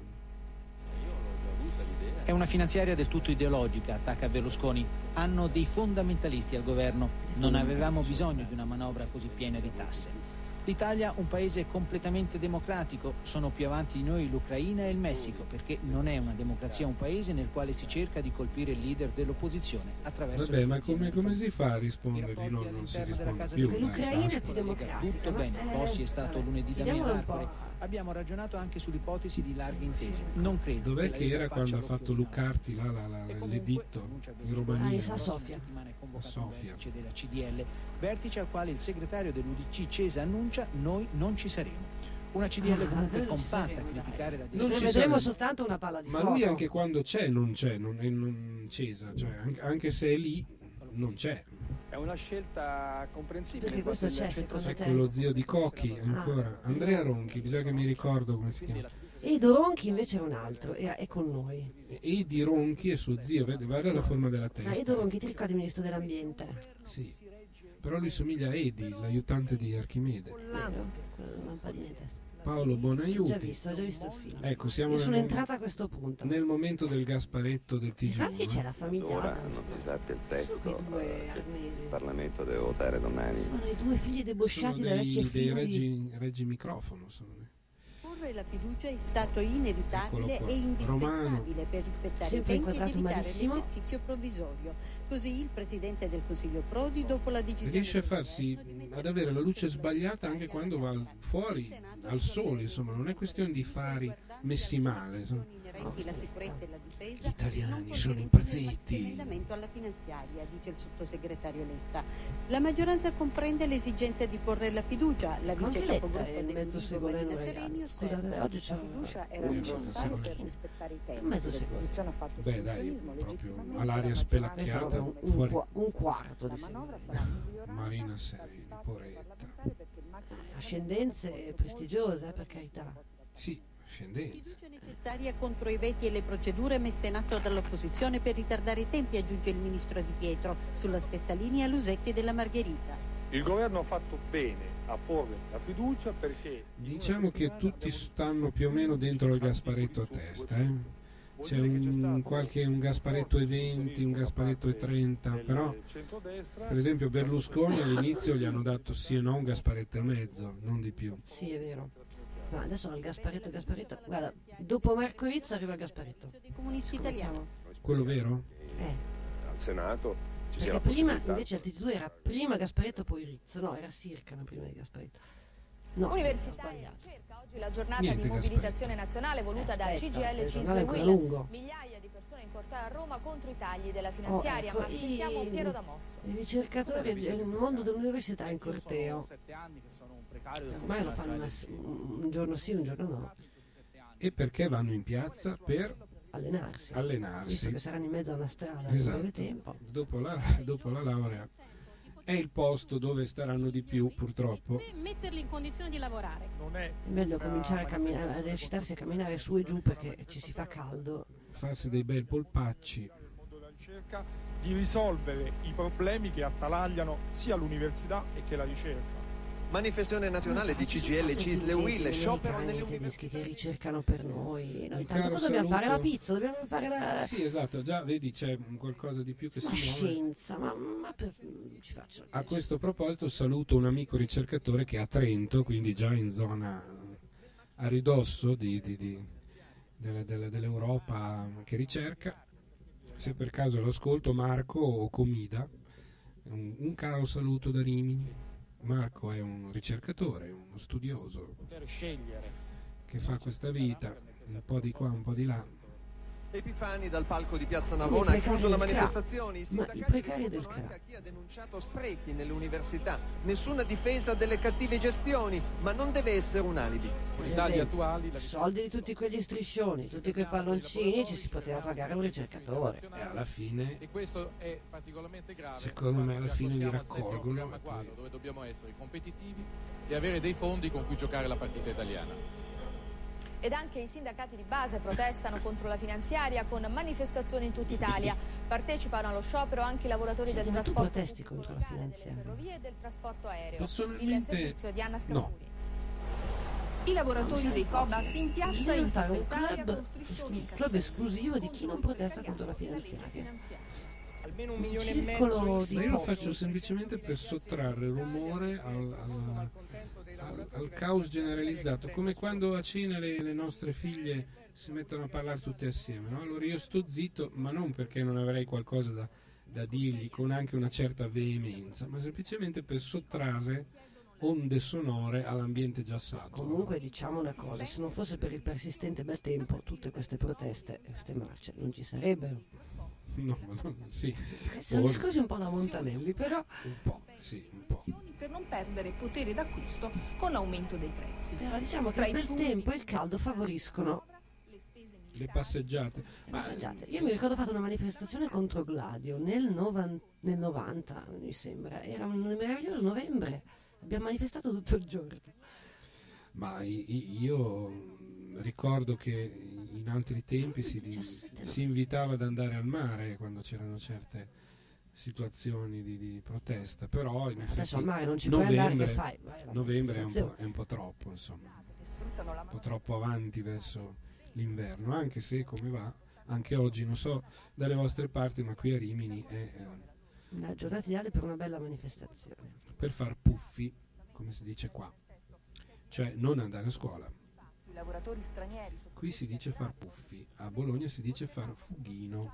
È una finanziaria del tutto ideologica, attacca Berlusconi. Hanno dei fondamentalisti al governo. Non avevamo bisogno di una manovra così piena di tasse. L'Italia, un paese completamente democratico, sono più avanti di noi l'Ucraina e il Messico, perché non è una democrazia un paese nel quale si cerca di colpire il leader dell'opposizione attraverso
Vabbè,
le
ma
sue
come,
azioni.
come si fa a rispondergli? No, non si risponde più. Dai,
L'Ucraina è
basta.
più democratica.
Tutto bene,
Eh,
Bossi è stato
vabbè,
lunedì da me
chiediamolo
a
un po'.
Arcore. Abbiamo ragionato anche sull'ipotesi di larghe intese. Non credo.
Dov'è
la
che
Lega
era
faccia
quando ha
l'occhio
fatto
di naso.
Lucarti là, là, là, l'editto in Romania?
Ah, in Sa Sofia.
A Sofia.
Vertice della C D L, vertice al quale il segretario dell'U D C Cesa annuncia: noi non ci saremo. Una C D L
Ah,
comunque
noi non ci
compatta a
saremo,
criticare la
Non
Noi
ci
vedremo
saremo.
soltanto una palla di
Ma
fuoco.
lui anche quando c'è non c'è, non è non Cesa, cioè anche, anche se è lì non c'è.
È una scelta comprensibile.
Perché questo
questa è
c'è,
il centro-
secondo te?
Ecco lo zio di Cocchi ancora, Andrea Ronchi, bisogna che mi ricordo come si chiama.
E Doronchi invece è un altro, era- è con noi.
E di Ronchi è suo zio, vede, guarda la forma della
Ah, e
testa.
Doronchi, ti ricordi il ministro dell'ambiente?
Sì. Però lui somiglia a Edi, l'aiutante di Archimede.
Vero? Con la lampadina in testa.
Paolo
Ho
Bonaiuti.
già visto, ho già visto il film.
Ecco, siamo
Io sono
nel,
entrata a questo punto.
nel momento del Gasparetto del T G uno.
Infatti c'è la famiglia
Ora
Adams.
non si sappia il
Sono
testo.
quei due
eh,
arnesi.
Il Parlamento deve votare domani.
Sono i due figli
Sono
debosciati da vecchio
dei, dei
film.
reggi, reggi microfono. Sono dei-
Porre la fiducia è stato inevitabile
Eccolo qua.
e indispensabile
Romano.
per rispettare
Sempre
i tempi ed
inquadrato
evitare
malissimo.
l'esercizio provvisorio. Così il Presidente del Consiglio Prodi, dopo la decisione
riesce a
del
farsi ad avere la luce sbagliata anche quando va al- fuori al sole, insomma, non è questione di fari messi male. Insomma.
inerenti la sicurezza e la difesa,
Gli italiani
non
sono
potevano
impazziti.
fare emendamento alla finanziaria, dice il sottosegretario Letta. La maggioranza comprende l'esigenza di porre la fiducia. La
Anche
vice
Letta
capogruppo
è il mezzo
dell'U D C
segoleno
Marina
reale.
Sereni
Scusate,
osserva
oggi
la
c'è
fiducia
Eh,
era
mezzo
necessaria per
segoleno.
rispettare i
Un
tempi.
mezzo segoleno.
ha fatto
Beh, dai,
ostruzionismo,
proprio
legittimamente
all'aria
la
spelacchiata
maggioranza
un,
fuori.
qua- un quarto
La
di
manovra
secondo.
sarà migliorata
Marina Sereni, poretta.
perché il maxi
Ascendenze prestigiose, eh, per carità.
Sì, scendenze.
Fiducia necessaria contro i veti e le procedure messe in atto dall'opposizione per ritardare i tempi, aggiunge il ministro Di Pietro. Sulla stessa linea Lusetti della Margherita.
Il governo ha fatto bene a porre la fiducia perché...
Diciamo che tutti stanno più o meno dentro il Gasparetto a testa, eh? C'è un, qualche, un Gasparetto e venti, un Gasparetto e trenta, però per esempio Berlusconi all'inizio gli hanno dato sì e no un Gasparetto e mezzo, non di più.
Sì, è vero. Ma adesso al Gasparetto, Gasparetto, guarda, dopo Marco Rizzo arriva il Gasparetto.
Dei comunisti italiani.
Quello vero?
Eh.
Al Senato ci sia
Perché
la
prima
possibilità.
invece al T G due era prima Gasparetto poi Rizzo, no, era Sircana prima di Gasparetto. No,
Università e ricerca, oggi la giornata
Niente
di mobilitazione nazionale voluta da C G I L
il
C I S
giornale
L
è ancora
Will.
lungo.
Migliaia di persone in corteo a Roma contro i tagli della finanziaria,
Oh, ecco,
ma sentiamo
i-
Piero D'Amosso.
I ricercatori il mondo dell'università in corteo. Ormai lo fanno una- un giorno sì, un giorno no.
E perché vanno in piazza? Per
allenarsi.
allenarsi.
Visto che saranno in mezzo a una strada a
Esatto.
breve tempo.
Dopo la, dopo la laurea è il posto dove staranno di più, purtroppo.
Metterli in condizione di lavorare.
Non è
È meglio cominciare a camminare, a esercitarsi a camminare su e giù perché ci si fa caldo.
Farsi dei bei polpacci.
cerca di risolvere i problemi che attanagliano sia l'università e che la ricerca.
Manifestazione nazionale di C G I L C I S L Will, sciopero nelle
tedeschi che ricercano per noi. Noi
Un
tanto
caro
cosa dobbiamo fare? La
saluto.
pizza, dobbiamo fare la,
Sì, esatto, già vedi c'è qualcosa di più che
la
si muove.
scienza, ma, ma per, ci faccio.
A questo proposito saluto un amico ricercatore che è a Trento, quindi già in zona a ridosso di, di, di, della- della- dell'Europa che ricerca. Se per caso lo ascolto, Marco o Comida, un, un caro saluto da Rimini. Marco è un ricercatore, uno studioso
Poter scegliere.
che fa questa vita, un po' di qua, un po' di là.
Epifani dal palco di Piazza
Come i
Navona ha
precari
chiuso la
del C R A.
manifestazione. I
Ma i
sindacati
precari del
rispondono
C R A.
anche a chi ha denunciato sprechi nelle università. Nessuna difesa delle cattive gestioni, ma non deve essere un alibi.
Con i tagli attuali la
Soldi di tutti quegli striscioni, tutti quei palloncini, ci si poteva pagare un ricercatore.
E alla fine,
E questo è particolarmente grave.
secondo me, alla
quando ci
fine li
accostiamo al settimo
raccolgono
programma
e poi-
quadro, dove dobbiamo essere competitivi e avere dei fondi con cui giocare la partita italiana.
Ed anche i sindacati di base protestano contro la finanziaria con manifestazioni in tutta Italia. Partecipano allo sciopero anche i lavoratori
Senti,
del
ma tu
trasporto
protesti contro la
pubblico locale,
finanziaria?
delle ferrovie e del trasporto aereo.
Personalmente,
Il servizio di Anna Scafuri.
I lavoratori dei Cobas in piazza
Bisogna
in
fare un
tutta Italia
club,
con striscioni
un club esclusivo di chi non protesta contro la finanziaria.
Almeno un
Un
milione e
circolo
mezzo.
di
Ma io lo
pochi.
faccio semplicemente per sottrarre rumore al, al- al- al caos generalizzato, come quando a cena le, le nostre figlie si mettono a parlare tutte assieme, no? Allora io sto zitto, ma non perché non avrei qualcosa da, da dirgli con anche una certa veemenza, ma semplicemente per sottrarre onde sonore all'ambiente già saturo.
Comunque diciamo una cosa, se non fosse per il persistente bel tempo, tutte queste proteste e queste marce non ci sarebbero.
No, no, sì,
Sono
forse.
discorsi un po' da Montanelli, però
Un po', sì, un po'.
per non perdere potere d'acquisto con l'aumento dei prezzi.
però diciamo che
Tra
il
i
bel
punti-
tempo e il caldo favoriscono
Le passeggiate.
le
Ma
passeggiate. Io mi ricordo ho fatto una manifestazione contro Gladio nel, novan- nel novanta, mi sembra, era un meraviglioso novembre, abbiamo manifestato tutto il giorno.
Ma i- i- io ricordo che in altri tempi si, di- si invitava ad andare al mare quando c'erano certe situazioni di, di protesta, però in effetti
Adesso al mare non ci puoi andare,
novembre,
che fai? Vai alla
novembre è un, po',
manifestazione.
è un po' troppo, insomma, un po' troppo avanti verso l'inverno, anche se come va, anche oggi, non so dalle vostre parti, ma qui a Rimini è eh,
Una giornata ideale per una bella manifestazione.
per far puffi, come si dice qua, cioè non andare a scuola.
I lavoratori stranieri
Qui si dice far puffi, a Bologna si dice far fughino.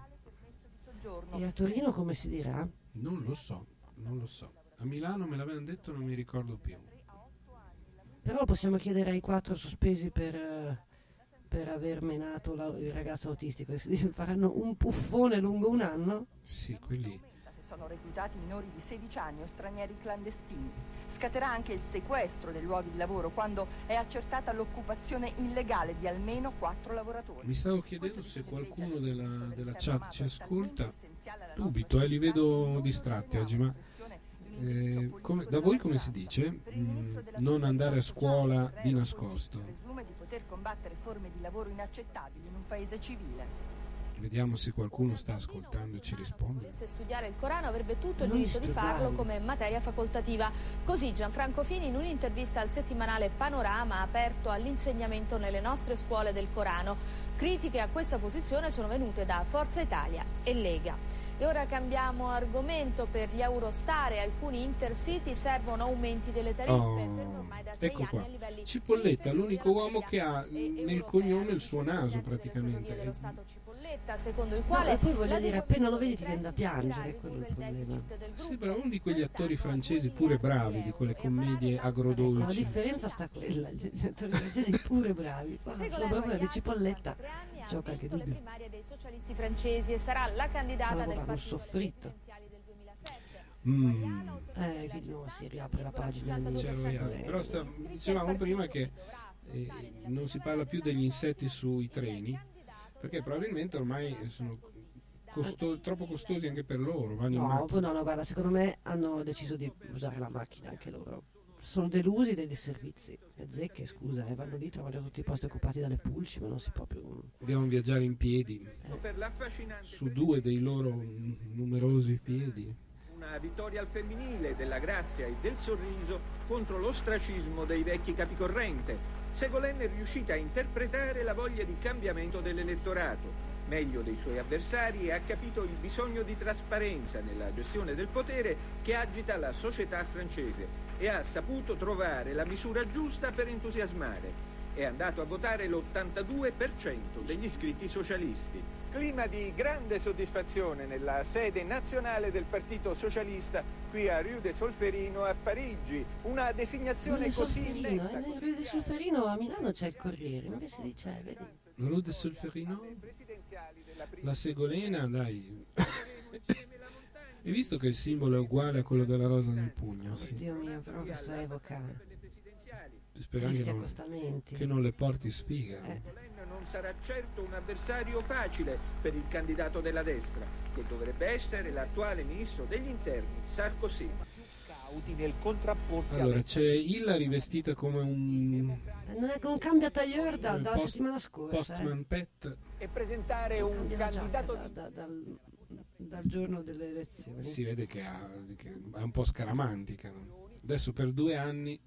E a Torino come si dirà?
Non lo so, non lo so. A Milano me l'avevano detto, non mi ricordo più.
Però lo possiamo chiedere ai quattro sospesi per, eh, per aver menato la- il ragazzo autistico. E si dice, faranno un puffone lungo un anno?
Sì, quelli.
se sono reclutati minori di sedici anni o stranieri clandestini. Scatterà anche il sequestro dei luoghi di lavoro quando è accertata l'occupazione illegale di almeno quattro lavoratori.
Mi stavo chiedendo se qualcuno della, della chat ci ascolta. Dubito, eh, li vedo distratti oggi, ma Eh, come, da voi come si dice? Mm, non andare a scuola di nascosto.
Presume di poter combattere forme di lavoro inaccettabili in un paese civile.
Vediamo se qualcuno sta ascoltando e ci risponde.
Se studiare il Corano avrebbe tutto il
Non
diritto di farlo
studiare.
come materia facoltativa. Così Gianfranco Fini, in un'intervista al settimanale Panorama, ha aperto all'insegnamento nelle nostre scuole del Corano. Critiche a questa posizione sono venute da Forza Italia e Lega. E ora cambiamo argomento. Per gli Eurostar e alcuni Intercity servono aumenti delle tariffe.
Oh,
ferme ormai da sei
ecco
anni
qua.
a livelli
Cipolletta, l'unico uomo che ha nel cognome il suo naso praticamente.
dello Stato Cipolletta, secondo il
No,
quale
e poi voglio
la
dire,
debolezza
appena lo vedi
dei
ti viene da
prezzi
piangere,
seguirà
quello è il
ridurre il
problema.
deficit del gruppo.
Sembra uno di quegli attori francesi pure bravi, di quelle commedie agrodolci.
La differenza sta quella, gli attori francesi pure bravi. Sono bravi di Cipolletta, c'ho qualche
le
dubbio.
primarie dei socialisti francesi e sarà la candidata
Allora,
del
hanno
partito
soffritto.
del duemilasette.
Mm.
Eh, quindi non si riapre la pagina di
C'ero io. Però sta- dicevamo prima che eh, non si parla più degli insetti sui treni, perché probabilmente ormai sono costo- troppo costosi anche per loro. Vanno in
No,
macchina.
poi no, no, guarda, secondo me hanno deciso di usare la macchina anche loro. Sono delusi dei servizi. Le zecche, scusa, eh, vanno lì, trovano tutti i posti occupati dalle pulci, ma non si può più.
Devono viaggiare in piedi su due dei loro n- numerosi piedi.
Una vittoria al femminile della grazia e del sorriso contro l'ostracismo dei vecchi capicorrente. Ségolène è riuscita a interpretare la voglia di cambiamento dell'elettorato. Meglio dei suoi avversari, e ha capito il bisogno di trasparenza nella gestione del potere che agita la società francese e ha saputo trovare la misura giusta per entusiasmare. È andato a votare l'ottantadue per cento degli iscritti socialisti. Clima di grande soddisfazione nella sede nazionale del Partito Socialista qui a Rue de Solferino a Parigi. Una designazione
Rue de
così
Solferino,
netta.
eh, Rue de Solferino a Milano c'è il Corriere, ma che si dice, vedi?
La Rue de Solferino? La Segolena, dai. Hai visto che il simbolo è uguale a quello della rosa nel pugno? Sì.
Dio mio, però questo evoca
Speriamo che
tristi
non,
accostamenti.
che non le porti sfiga.
Eh.
Non sarà certo un avversario facile per il candidato della destra, che dovrebbe essere l'attuale ministro degli interni, Sarkozy. Nel contrapporsi
Allora, c'è Hillary vestita come un
Eh, Non, è, non cambia tailleur da-
Eh,
dalla
post-
settimana scorsa.
postman
eh.
pet.
e presentare
Non
un
cambia la
candidato
giacca da- da- dal, dal giorno delle elezioni.
Si vede che, ha, che è un po' scaramantica. no? Adesso per due anni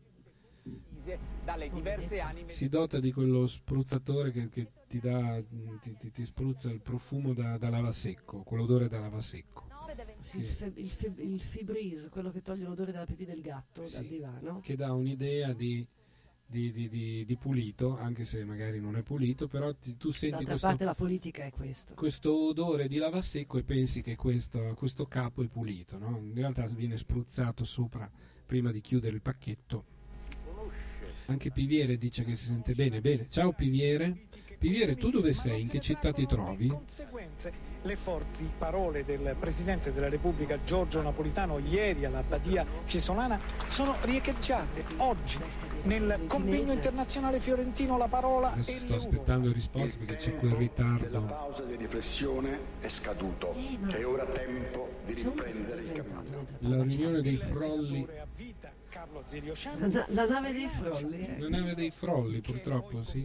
dalle diverse anime.
si dota di quello spruzzatore che, che ti, dà, ti, ti- ti spruzza il profumo da, da lavasecco, quell'odore da lavasecco.
Sì, il, fe- il, fe- il Febreze, quello che toglie l'odore della pipì del gatto
Sì,
dal divano.
che dà un'idea di, di, di- di- di pulito, anche se magari non è pulito, però ti- tu senti
D'altra
questo,
parte la politica è questo.
questo odore di lavasecco e pensi che questo, questo capo è pulito, no? In realtà viene spruzzato sopra prima di chiudere il pacchetto. Anche Piviere dice che si sente bene. Bene, ciao Piviere. Piviere, tu dove sei? In che città ti trovi?
Conseguenze. Le forti parole del Presidente della Repubblica Giorgio Napolitano ieri alla Badia Fiesolana sono riecheggiate oggi nel convegno internazionale fiorentino La Parola.
Adesso
e
sto
le
aspettando le risposte perché c'è quel
La
ritardo.
pausa di riflessione è scaduto. È ora tempo di riprendere il cammino.
La riunione dei frolli.
Carlo Zilio
La, na- la nave dei frolli. eh.
La nave dei frolli, purtroppo, sì.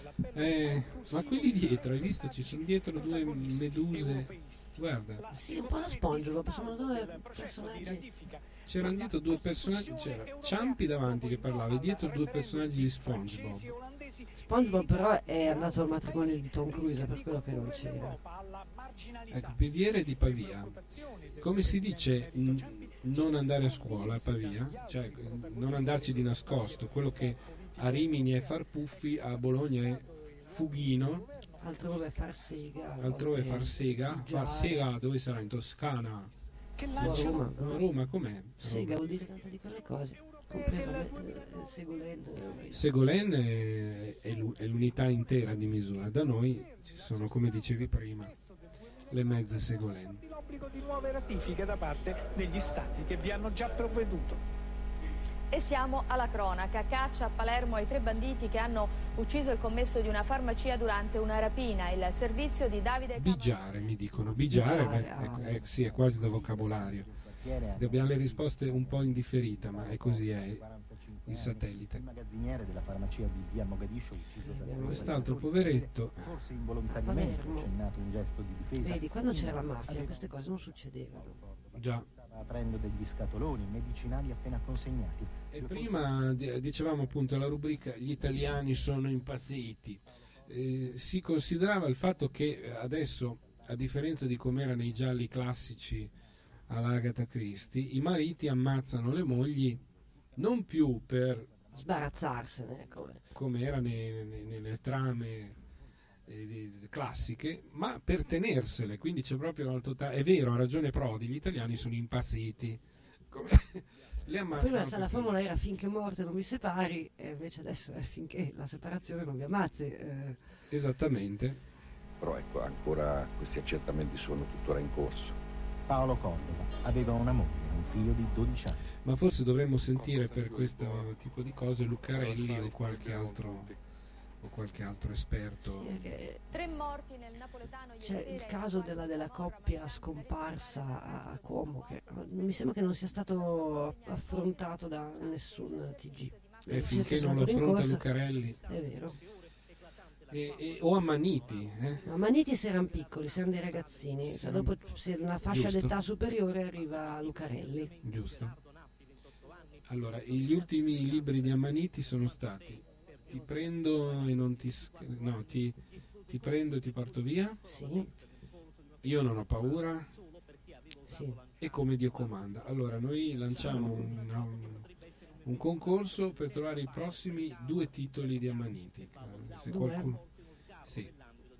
Eh, ma quelli dietro, hai visto? Ci sono dietro due meduse. Guarda,
Sì, un po' da SpongeBob, sono due personaggi.
c'erano dietro due personaggi. C'era Ciampi davanti che parlava e dietro due personaggi di SpongeBob.
SpongeBob però è andato al matrimonio di Tom Cruise, per quello che non c'era.
Ecco, Piviere di Pavia. Come si dice mh, non andare a scuola a Pavia? Cioè, non andarci di nascosto. Quello che a Rimini è far puffi, a Bologna è fughino,
Altrove far sega.
altrove far sega.
Già.
Far sega dove sarà? In Toscana?
Che lancia
Roma. No, Roma, com'è?
Sega vuol dire tante di quelle cose, compreso me- eh, Ségolène. eh,
Ségolène è, è l'u- è l'unità intera di misura. Da noi ci sono, come dicevi prima, le mezze Ségolène.
l'obbligo di nuove ratifiche da parte degli stati che vi hanno già provveduto.
E siamo alla cronaca. Caccia a Palermo ai tre banditi che hanno ucciso il commesso di una farmacia durante una rapina. Il servizio di Davide
Bigiare, mi dicono. Bigiare,
Bigiare,
beh,
ah.
è, è- sì, è quasi da vocabolario. abbiamo le risposte un po' in differita, ma è così, è il satellite.
Della farmacia di via Mogadiscio, ucciso da
quest'altro poveretto,
forse involontariamente ha accennato un gesto di difesa.
Vedi, quando c'era la mafia queste cose non succedevano.
Già.
Stava aprendo degli scatoloni medicinali appena consegnati.
E prima dicevamo appunto la rubrica gli italiani sono impazziti. Eh, si considerava il fatto che adesso, a differenza di com'era nei gialli classici alla Agatha Christie, i mariti ammazzano le mogli non più per
sbarazzarsene, come,
come era nei, nei, nelle trame eh, classiche, ma per tenersele. Quindi c'è proprio una totale... È vero, ha ragione Prodi, gli italiani sono impazziti. Come... le ammazzano.
Prima la formula era finché morte non mi separi, e invece adesso è finché la separazione non vi ammazzi. Eh.
Esattamente.
Però ecco, ancora questi accertamenti sono tuttora in corso.
Paolo Cordova aveva una moglie, un figlio di dodici anni.
Ma forse dovremmo sentire per questo tipo di cose Lucarelli o qualche altro o qualche altro esperto.
Sì,
Tre morti nel napoletano ieri
c'è
sera
il caso della, della coppia scomparsa a Como, che mi sembra che non sia stato affrontato da nessun T G.
E finché non lo affronta Lucarelli.
È vero.
E, e, o Ammanniti eh?
Ammanniti se erano piccoli, se erano dei ragazzini, cioè, dopo se una fascia
Giusto.
d'età superiore arriva Lucarelli.
Giusto. Allora, gli ultimi libri di Ammanniti sono stati Ti prendo e non ti no, ti, ti prendo e ti porto via.
Sì.
Io non ho paura.
Sì.
E Come Dio comanda. Allora, noi lanciamo un, un un concorso per trovare i prossimi due titoli di Ammanniti. Se qualcuno... sì.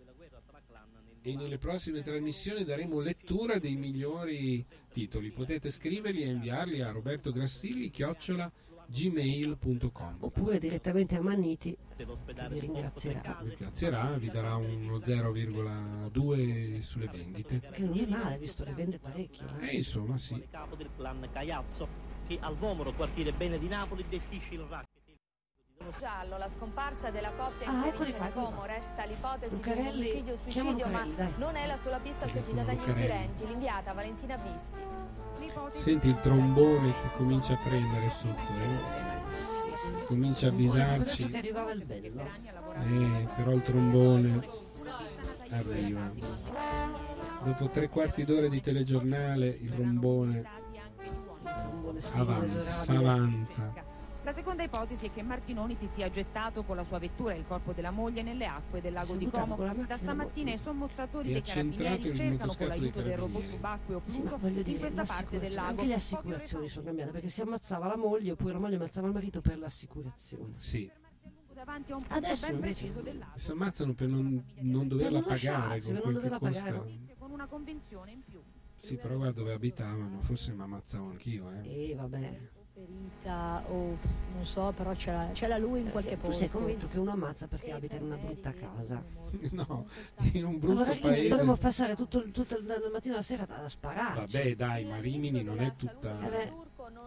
E nelle prossime trasmissioni daremo lettura dei migliori titoli. Potete scriverli e inviarli a Roberto Grassilli chiocciola gmail punto com
oppure direttamente a Ammanniti, che vi ringrazierà.
Vi ringrazierà, vi darà uno zero virgola due sulle vendite.
Che non è male, visto che vende parecchio.
Eh, insomma, sì.
Capo del clan Caiazzo, che al Vomero, quartiere bene di Napoli, gestisce il racket.
Giallo, la scomparsa della coppia
Ah,
in
eccoli
provincia di
qua,
Como resta l'ipotesi
Lucarelli,
di un omicidio
chiamo
suicidio, ma
Lucarelli, dai.
non è la sola pista seguita dagli
Lucarelli.
inquirenti. L'inviata Valentina Visti.
Senti il trombone che comincia a prendere sotto, eh? Comincia a avvisarci.
Adesso che arrivava il bello.
Eh, però il trombone arriva. Dopo tre quarti d'ora di telegiornale, il trombone avanza, avanza.
La seconda ipotesi è che Martinoni si sia gettato con la sua vettura e il corpo della moglie nelle acque del lago di Como. Da stamattina i sommozzatori dei carabinieri cercano con l'aiuto del robot subacqueo
Sì, ma
Pluto
voglio
in
dire,
questa parte del lago.
anche le assicurazioni sono cambiate, perché si ammazzava la moglie oppure la moglie ammazzava il marito per l'assicurazione.
Sì.
Davanti a un punto
Adesso
ben
invece
preciso del lago.
Si ammazzano per non, non doverla
Per non
pagare
lasciarsi,
con
per
quel
non
che
doverla
costa.
pagare.
Con una convenzione in più.
Sì, però guarda dove abitavano, forse mi ammazzavo anch'io, eh.
Eh, vabbè.
Ferita o non so, però c'era, c'era lui in qualche
Tu
posto.
sei convinto che uno ammazza perché abita in una brutta casa?
No, in un brutto
allora,
paese.
dovremmo passare tutto, il- tutto il- dal mattino alla sera a spararci.
Vabbè, dai, ma Rimini non è tutta.
Eh beh,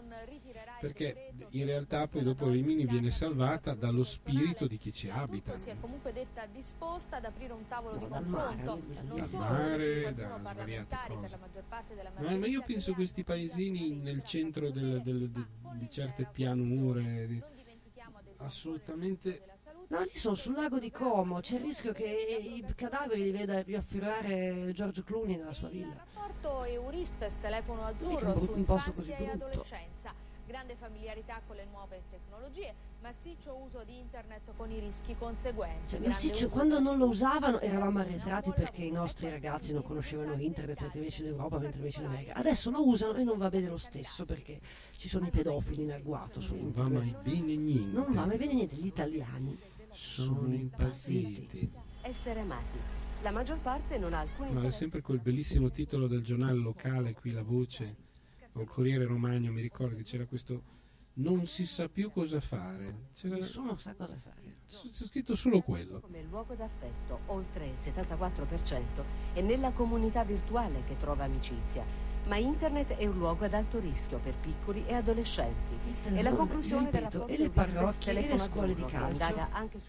Perché in realtà poi dopo Rimini viene salvata dallo spirito di chi ci abita.
Si è comunque detta disposta ad aprire un tavolo di
dal
confronto.
mare,
Non
dal
solo
mare,
con
da
qualcuno
svariate
parlamentari
cose.
per la maggior parte della
No, ma io penso a questi paesini nel centro del- del- di, di certe pianure, di- assolutamente.
no, lì sono sul lago di Como, c'è il rischio che i cadaveri li veda riaffiorare George Clooney nella sua villa.
Rapporto Eurispes, telefono
Mica
azzurro
un,
su
brutto- un posto
infanzia
così
e
brutto.
adolescenza. Grande familiarità con le nuove tecnologie, massiccio uso di internet con i rischi conseguenti.
Cioè,
Grande
massiccio,
uso
quando
del
non lo usavano
computer,
eravamo
del
arretrati
lavoro,
perché i nostri ragazzi non conoscevano internet, mentre invece in Europa, mentre invece in America. Adesso lo usano e non va bene lo stesso perché ci sono i pedofili in agguato su
Non va
internet.
mai bene niente.
Non va mai bene niente, gli italiani
Sono impazziti.
Essere amati. La maggior parte non ha alcun
No, è
interesse.
sempre quel bellissimo titolo del giornale locale, qui La Voce, o il Corriere Romagno, mi ricordo che c'era questo non si sa più cosa fare. C'era
Nessuno sa cosa fare.
c'è scritto solo quello.
Come luogo d'affetto, oltre il settantaquattro per cento, è nella comunità virtuale che trova amicizia. Ma internet è un luogo ad alto rischio per piccoli e adolescenti. È la conclusione del
ripeto,
rapporto
e le
Eurispes
parrocchie, e le
Telefono
scuole di
Azzurro, che
calcio.
indaga anche sui piccoli.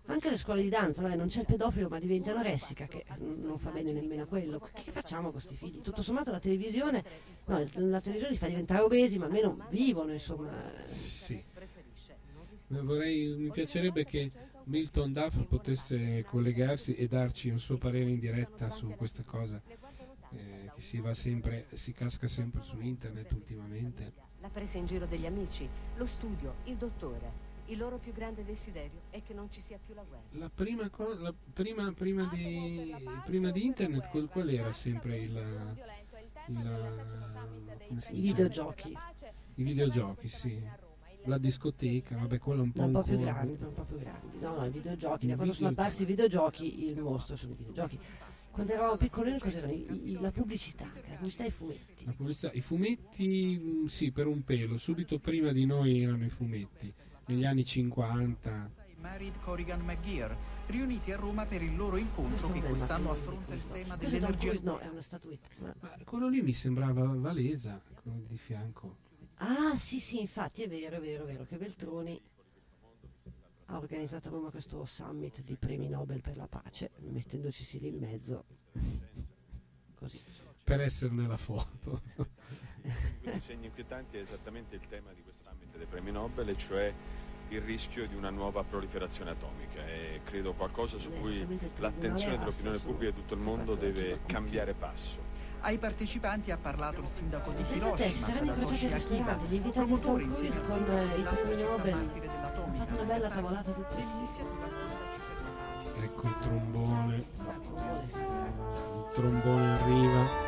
Anche le scuole di danza, vabbè, non c'è il pedofilo ma diventa anoressica, che non fa bene nemmeno quello. Che facciamo con questi figli? Tutto sommato la televisione, no, la televisione li fa diventare obesi, ma almeno vivono, insomma.
Sì. Vorrei, mi piacerebbe che Milton Duff potesse collegarsi e darci un suo parere in diretta su questa cosa, eh, che si va sempre, si casca sempre su internet ultimamente.
La presa in giro degli amici, lo studio, il dottore. Il loro più grande desiderio è che non ci sia più la guerra.
La prima cosa, la prima, prima, di, prima di internet, qual, qual era sempre il, il come si
I
dice?
videogiochi.
I videogiochi, sì. La discoteca, vabbè, quello è un po'
un po' più
ancora.
grandi, un po' più grandi. No, no, i videogiochi,
I
da quando sono
videogiochi.
apparsi i videogiochi, il mostro sono i videogiochi. Quando eravamo piccolini cos'erano? I, i, la pubblicità, la pubblicità e i fumetti.
La pubblicità, i fumetti, mh, sì, per un pelo. Subito prima di noi erano i fumetti, negli anni cinquanta.
Marid Corrigan McGear, riuniti a Roma per il loro incontro che quest'anno affronta il tema dell'energia.
No, è una statuetta.
Ma quello lì mi sembrava Valesa, quello di fianco.
Ah, sì, sì, infatti è vero, è vero, è vero che Veltroni ha organizzato a Roma questo summit di premi Nobel per la pace, mettendoci lì in mezzo. Così.
Per essere nella foto.
Questi segni inquietanti è esattamente il tema di questo summit dei premi Nobel, e cioè il rischio di una nuova proliferazione atomica. È credo qualcosa su cui l'attenzione dell'opinione pubblica di tutto il mondo deve cambiare passo.
Ai partecipanti ha parlato il sindaco di
Pensa a te, si
Hiroshima,
saranno incrociati al ristorante, gli invitati di Tom Cruise con eh, i premi Nobel. Hanno fatto una bella tavolata tutti insieme.
Ecco il trombone. Il trombone arriva.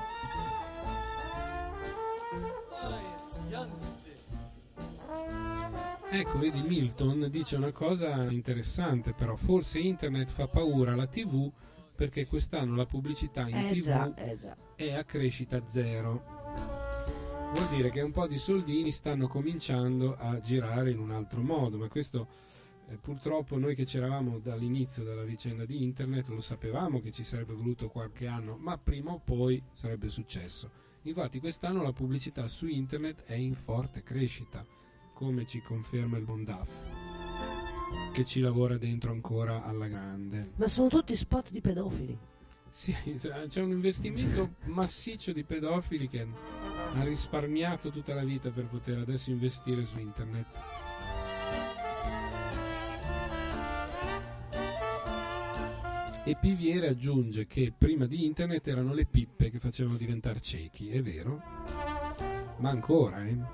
Ecco, vedi, Milton dice una cosa interessante, però forse internet fa paura alla tivù perché quest'anno la pubblicità in
Eh
tivù
già, eh già.
è a crescita zero. Vuol dire che un po' di soldini stanno cominciando a girare in un altro modo, ma questo eh, purtroppo noi che c'eravamo dall'inizio della vicenda di internet lo sapevamo che ci sarebbe voluto qualche anno, ma prima o poi sarebbe successo. Infatti quest'anno la pubblicità su internet è in forte crescita, come ci conferma il Bondaf, che ci lavora dentro ancora alla grande.
Ma sono tutti spot di pedofili.
Sì, c'è un investimento massiccio di pedofili che ha risparmiato tutta la vita per poter adesso investire su internet. E Piviere aggiunge che prima di internet erano le pippe che facevano diventare ciechi, è vero? Ma ancora, eh?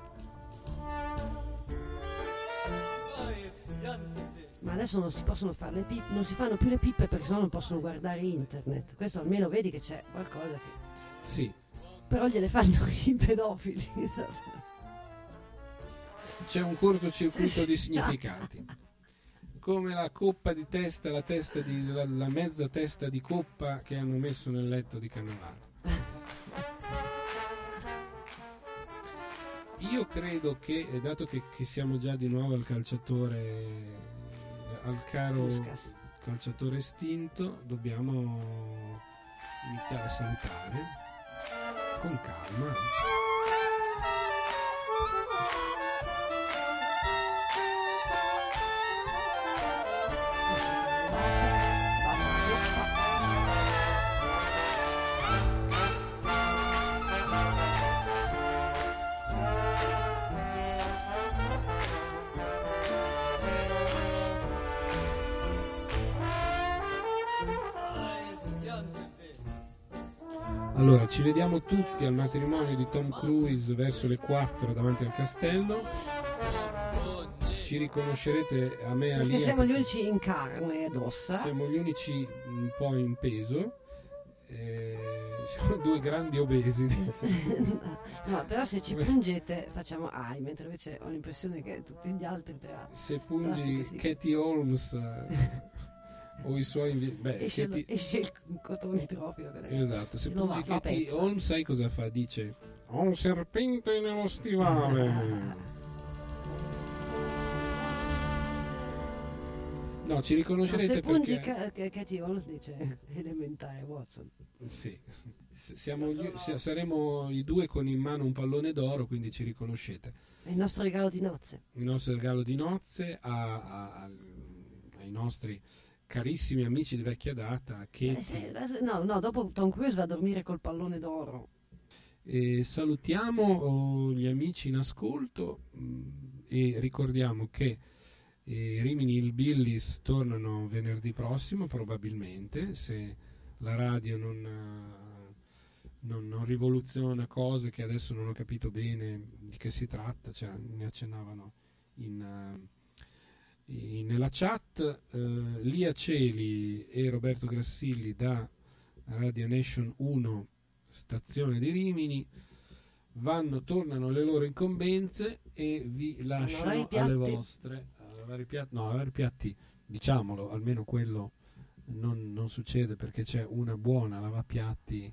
Ma adesso non si possono fare le pippe, non si fanno più le pippe perché sennò non possono guardare internet. Questo almeno vedi che c'è qualcosa che.
Sì.
Però gliele fanno i pedofili.
C'è un cortocircuito di significati. Come la coppa di testa, la testa di la, la mezza testa di coppa che hanno messo nel letto di Cannavaro. Io credo che, dato che, che siamo già di nuovo al calciatore, al caro
Puskas.
calciatore estinto, dobbiamo iniziare a salutare con calma. Allora, ci vediamo tutti al matrimonio di Tom Cruise verso le quattro davanti al castello. Ci riconoscerete a me e a
Perché
Lia.
siamo gli unici in carne ed ossa.
Siamo gli unici un po' in peso. Eh, siamo due grandi obesi.
No, però se ci pungete facciamo ai, mentre invece ho l'impressione che tutti gli altri tra.
Se pungi
sì.
Katie Holmes eh, o i suoi invi- beh,
Esce,
Katie-
lo, esce il cotone nitrofilo.
esatto, se
non
pungi
va, fa
Katie
pezza.
Holmes, sai cosa fa? Dice: ho un serpente nello stivale. No, ci
No,
riconoscerete
se pungi
perché
Ca- Katie Holmes dice elementare Watson.
sì, S- siamo gli- si- saremo i due con in mano un pallone d'oro, quindi ci riconoscete.
È il nostro regalo di nozze.
Il nostro regalo di nozze a, a- a- ai nostri carissimi amici di vecchia data. Che
eh, sì, no, no, dopo Tom Cruise va a dormire col pallone d'oro.
E salutiamo oh, gli amici in ascolto mh, e ricordiamo che i Rimini Hillbillies tornano venerdì prossimo, probabilmente, se la radio non, non, non rivoluziona cose che adesso non ho capito bene di che si tratta, cioè, ne accennavano in, in, nella chat. uh, Lia Celi e Roberto Grassilli da Radio Nation uno stazione di Rimini vanno, tornano alle loro incombenze e vi lasciano alle vostre lavare piatti, no, lavare piatti, diciamolo, almeno quello non, non succede, perché c'è una buona lavapiatti.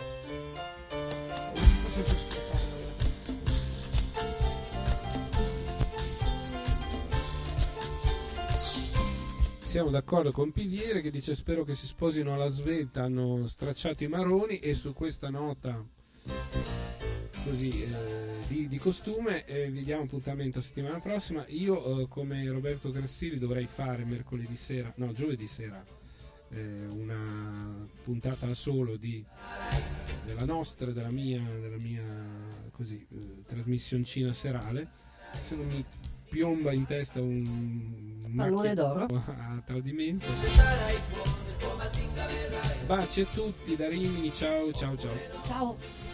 Siamo d'accordo con Piviere che dice: spero che si sposino alla svelta, hanno stracciato i maroni. E su questa nota così eh, di, di costume eh, vi diamo appuntamento settimana prossima. Io eh, come Roberto Grassilli dovrei fare mercoledì sera, no giovedì sera eh, una puntata solo di della nostra, della mia, della mia così eh, trasmissioncina serale, se non mi piomba in testa un
pallone d'oro
a tradimento. Baci a tutti da Rimini, ciao ciao ciao
ciao.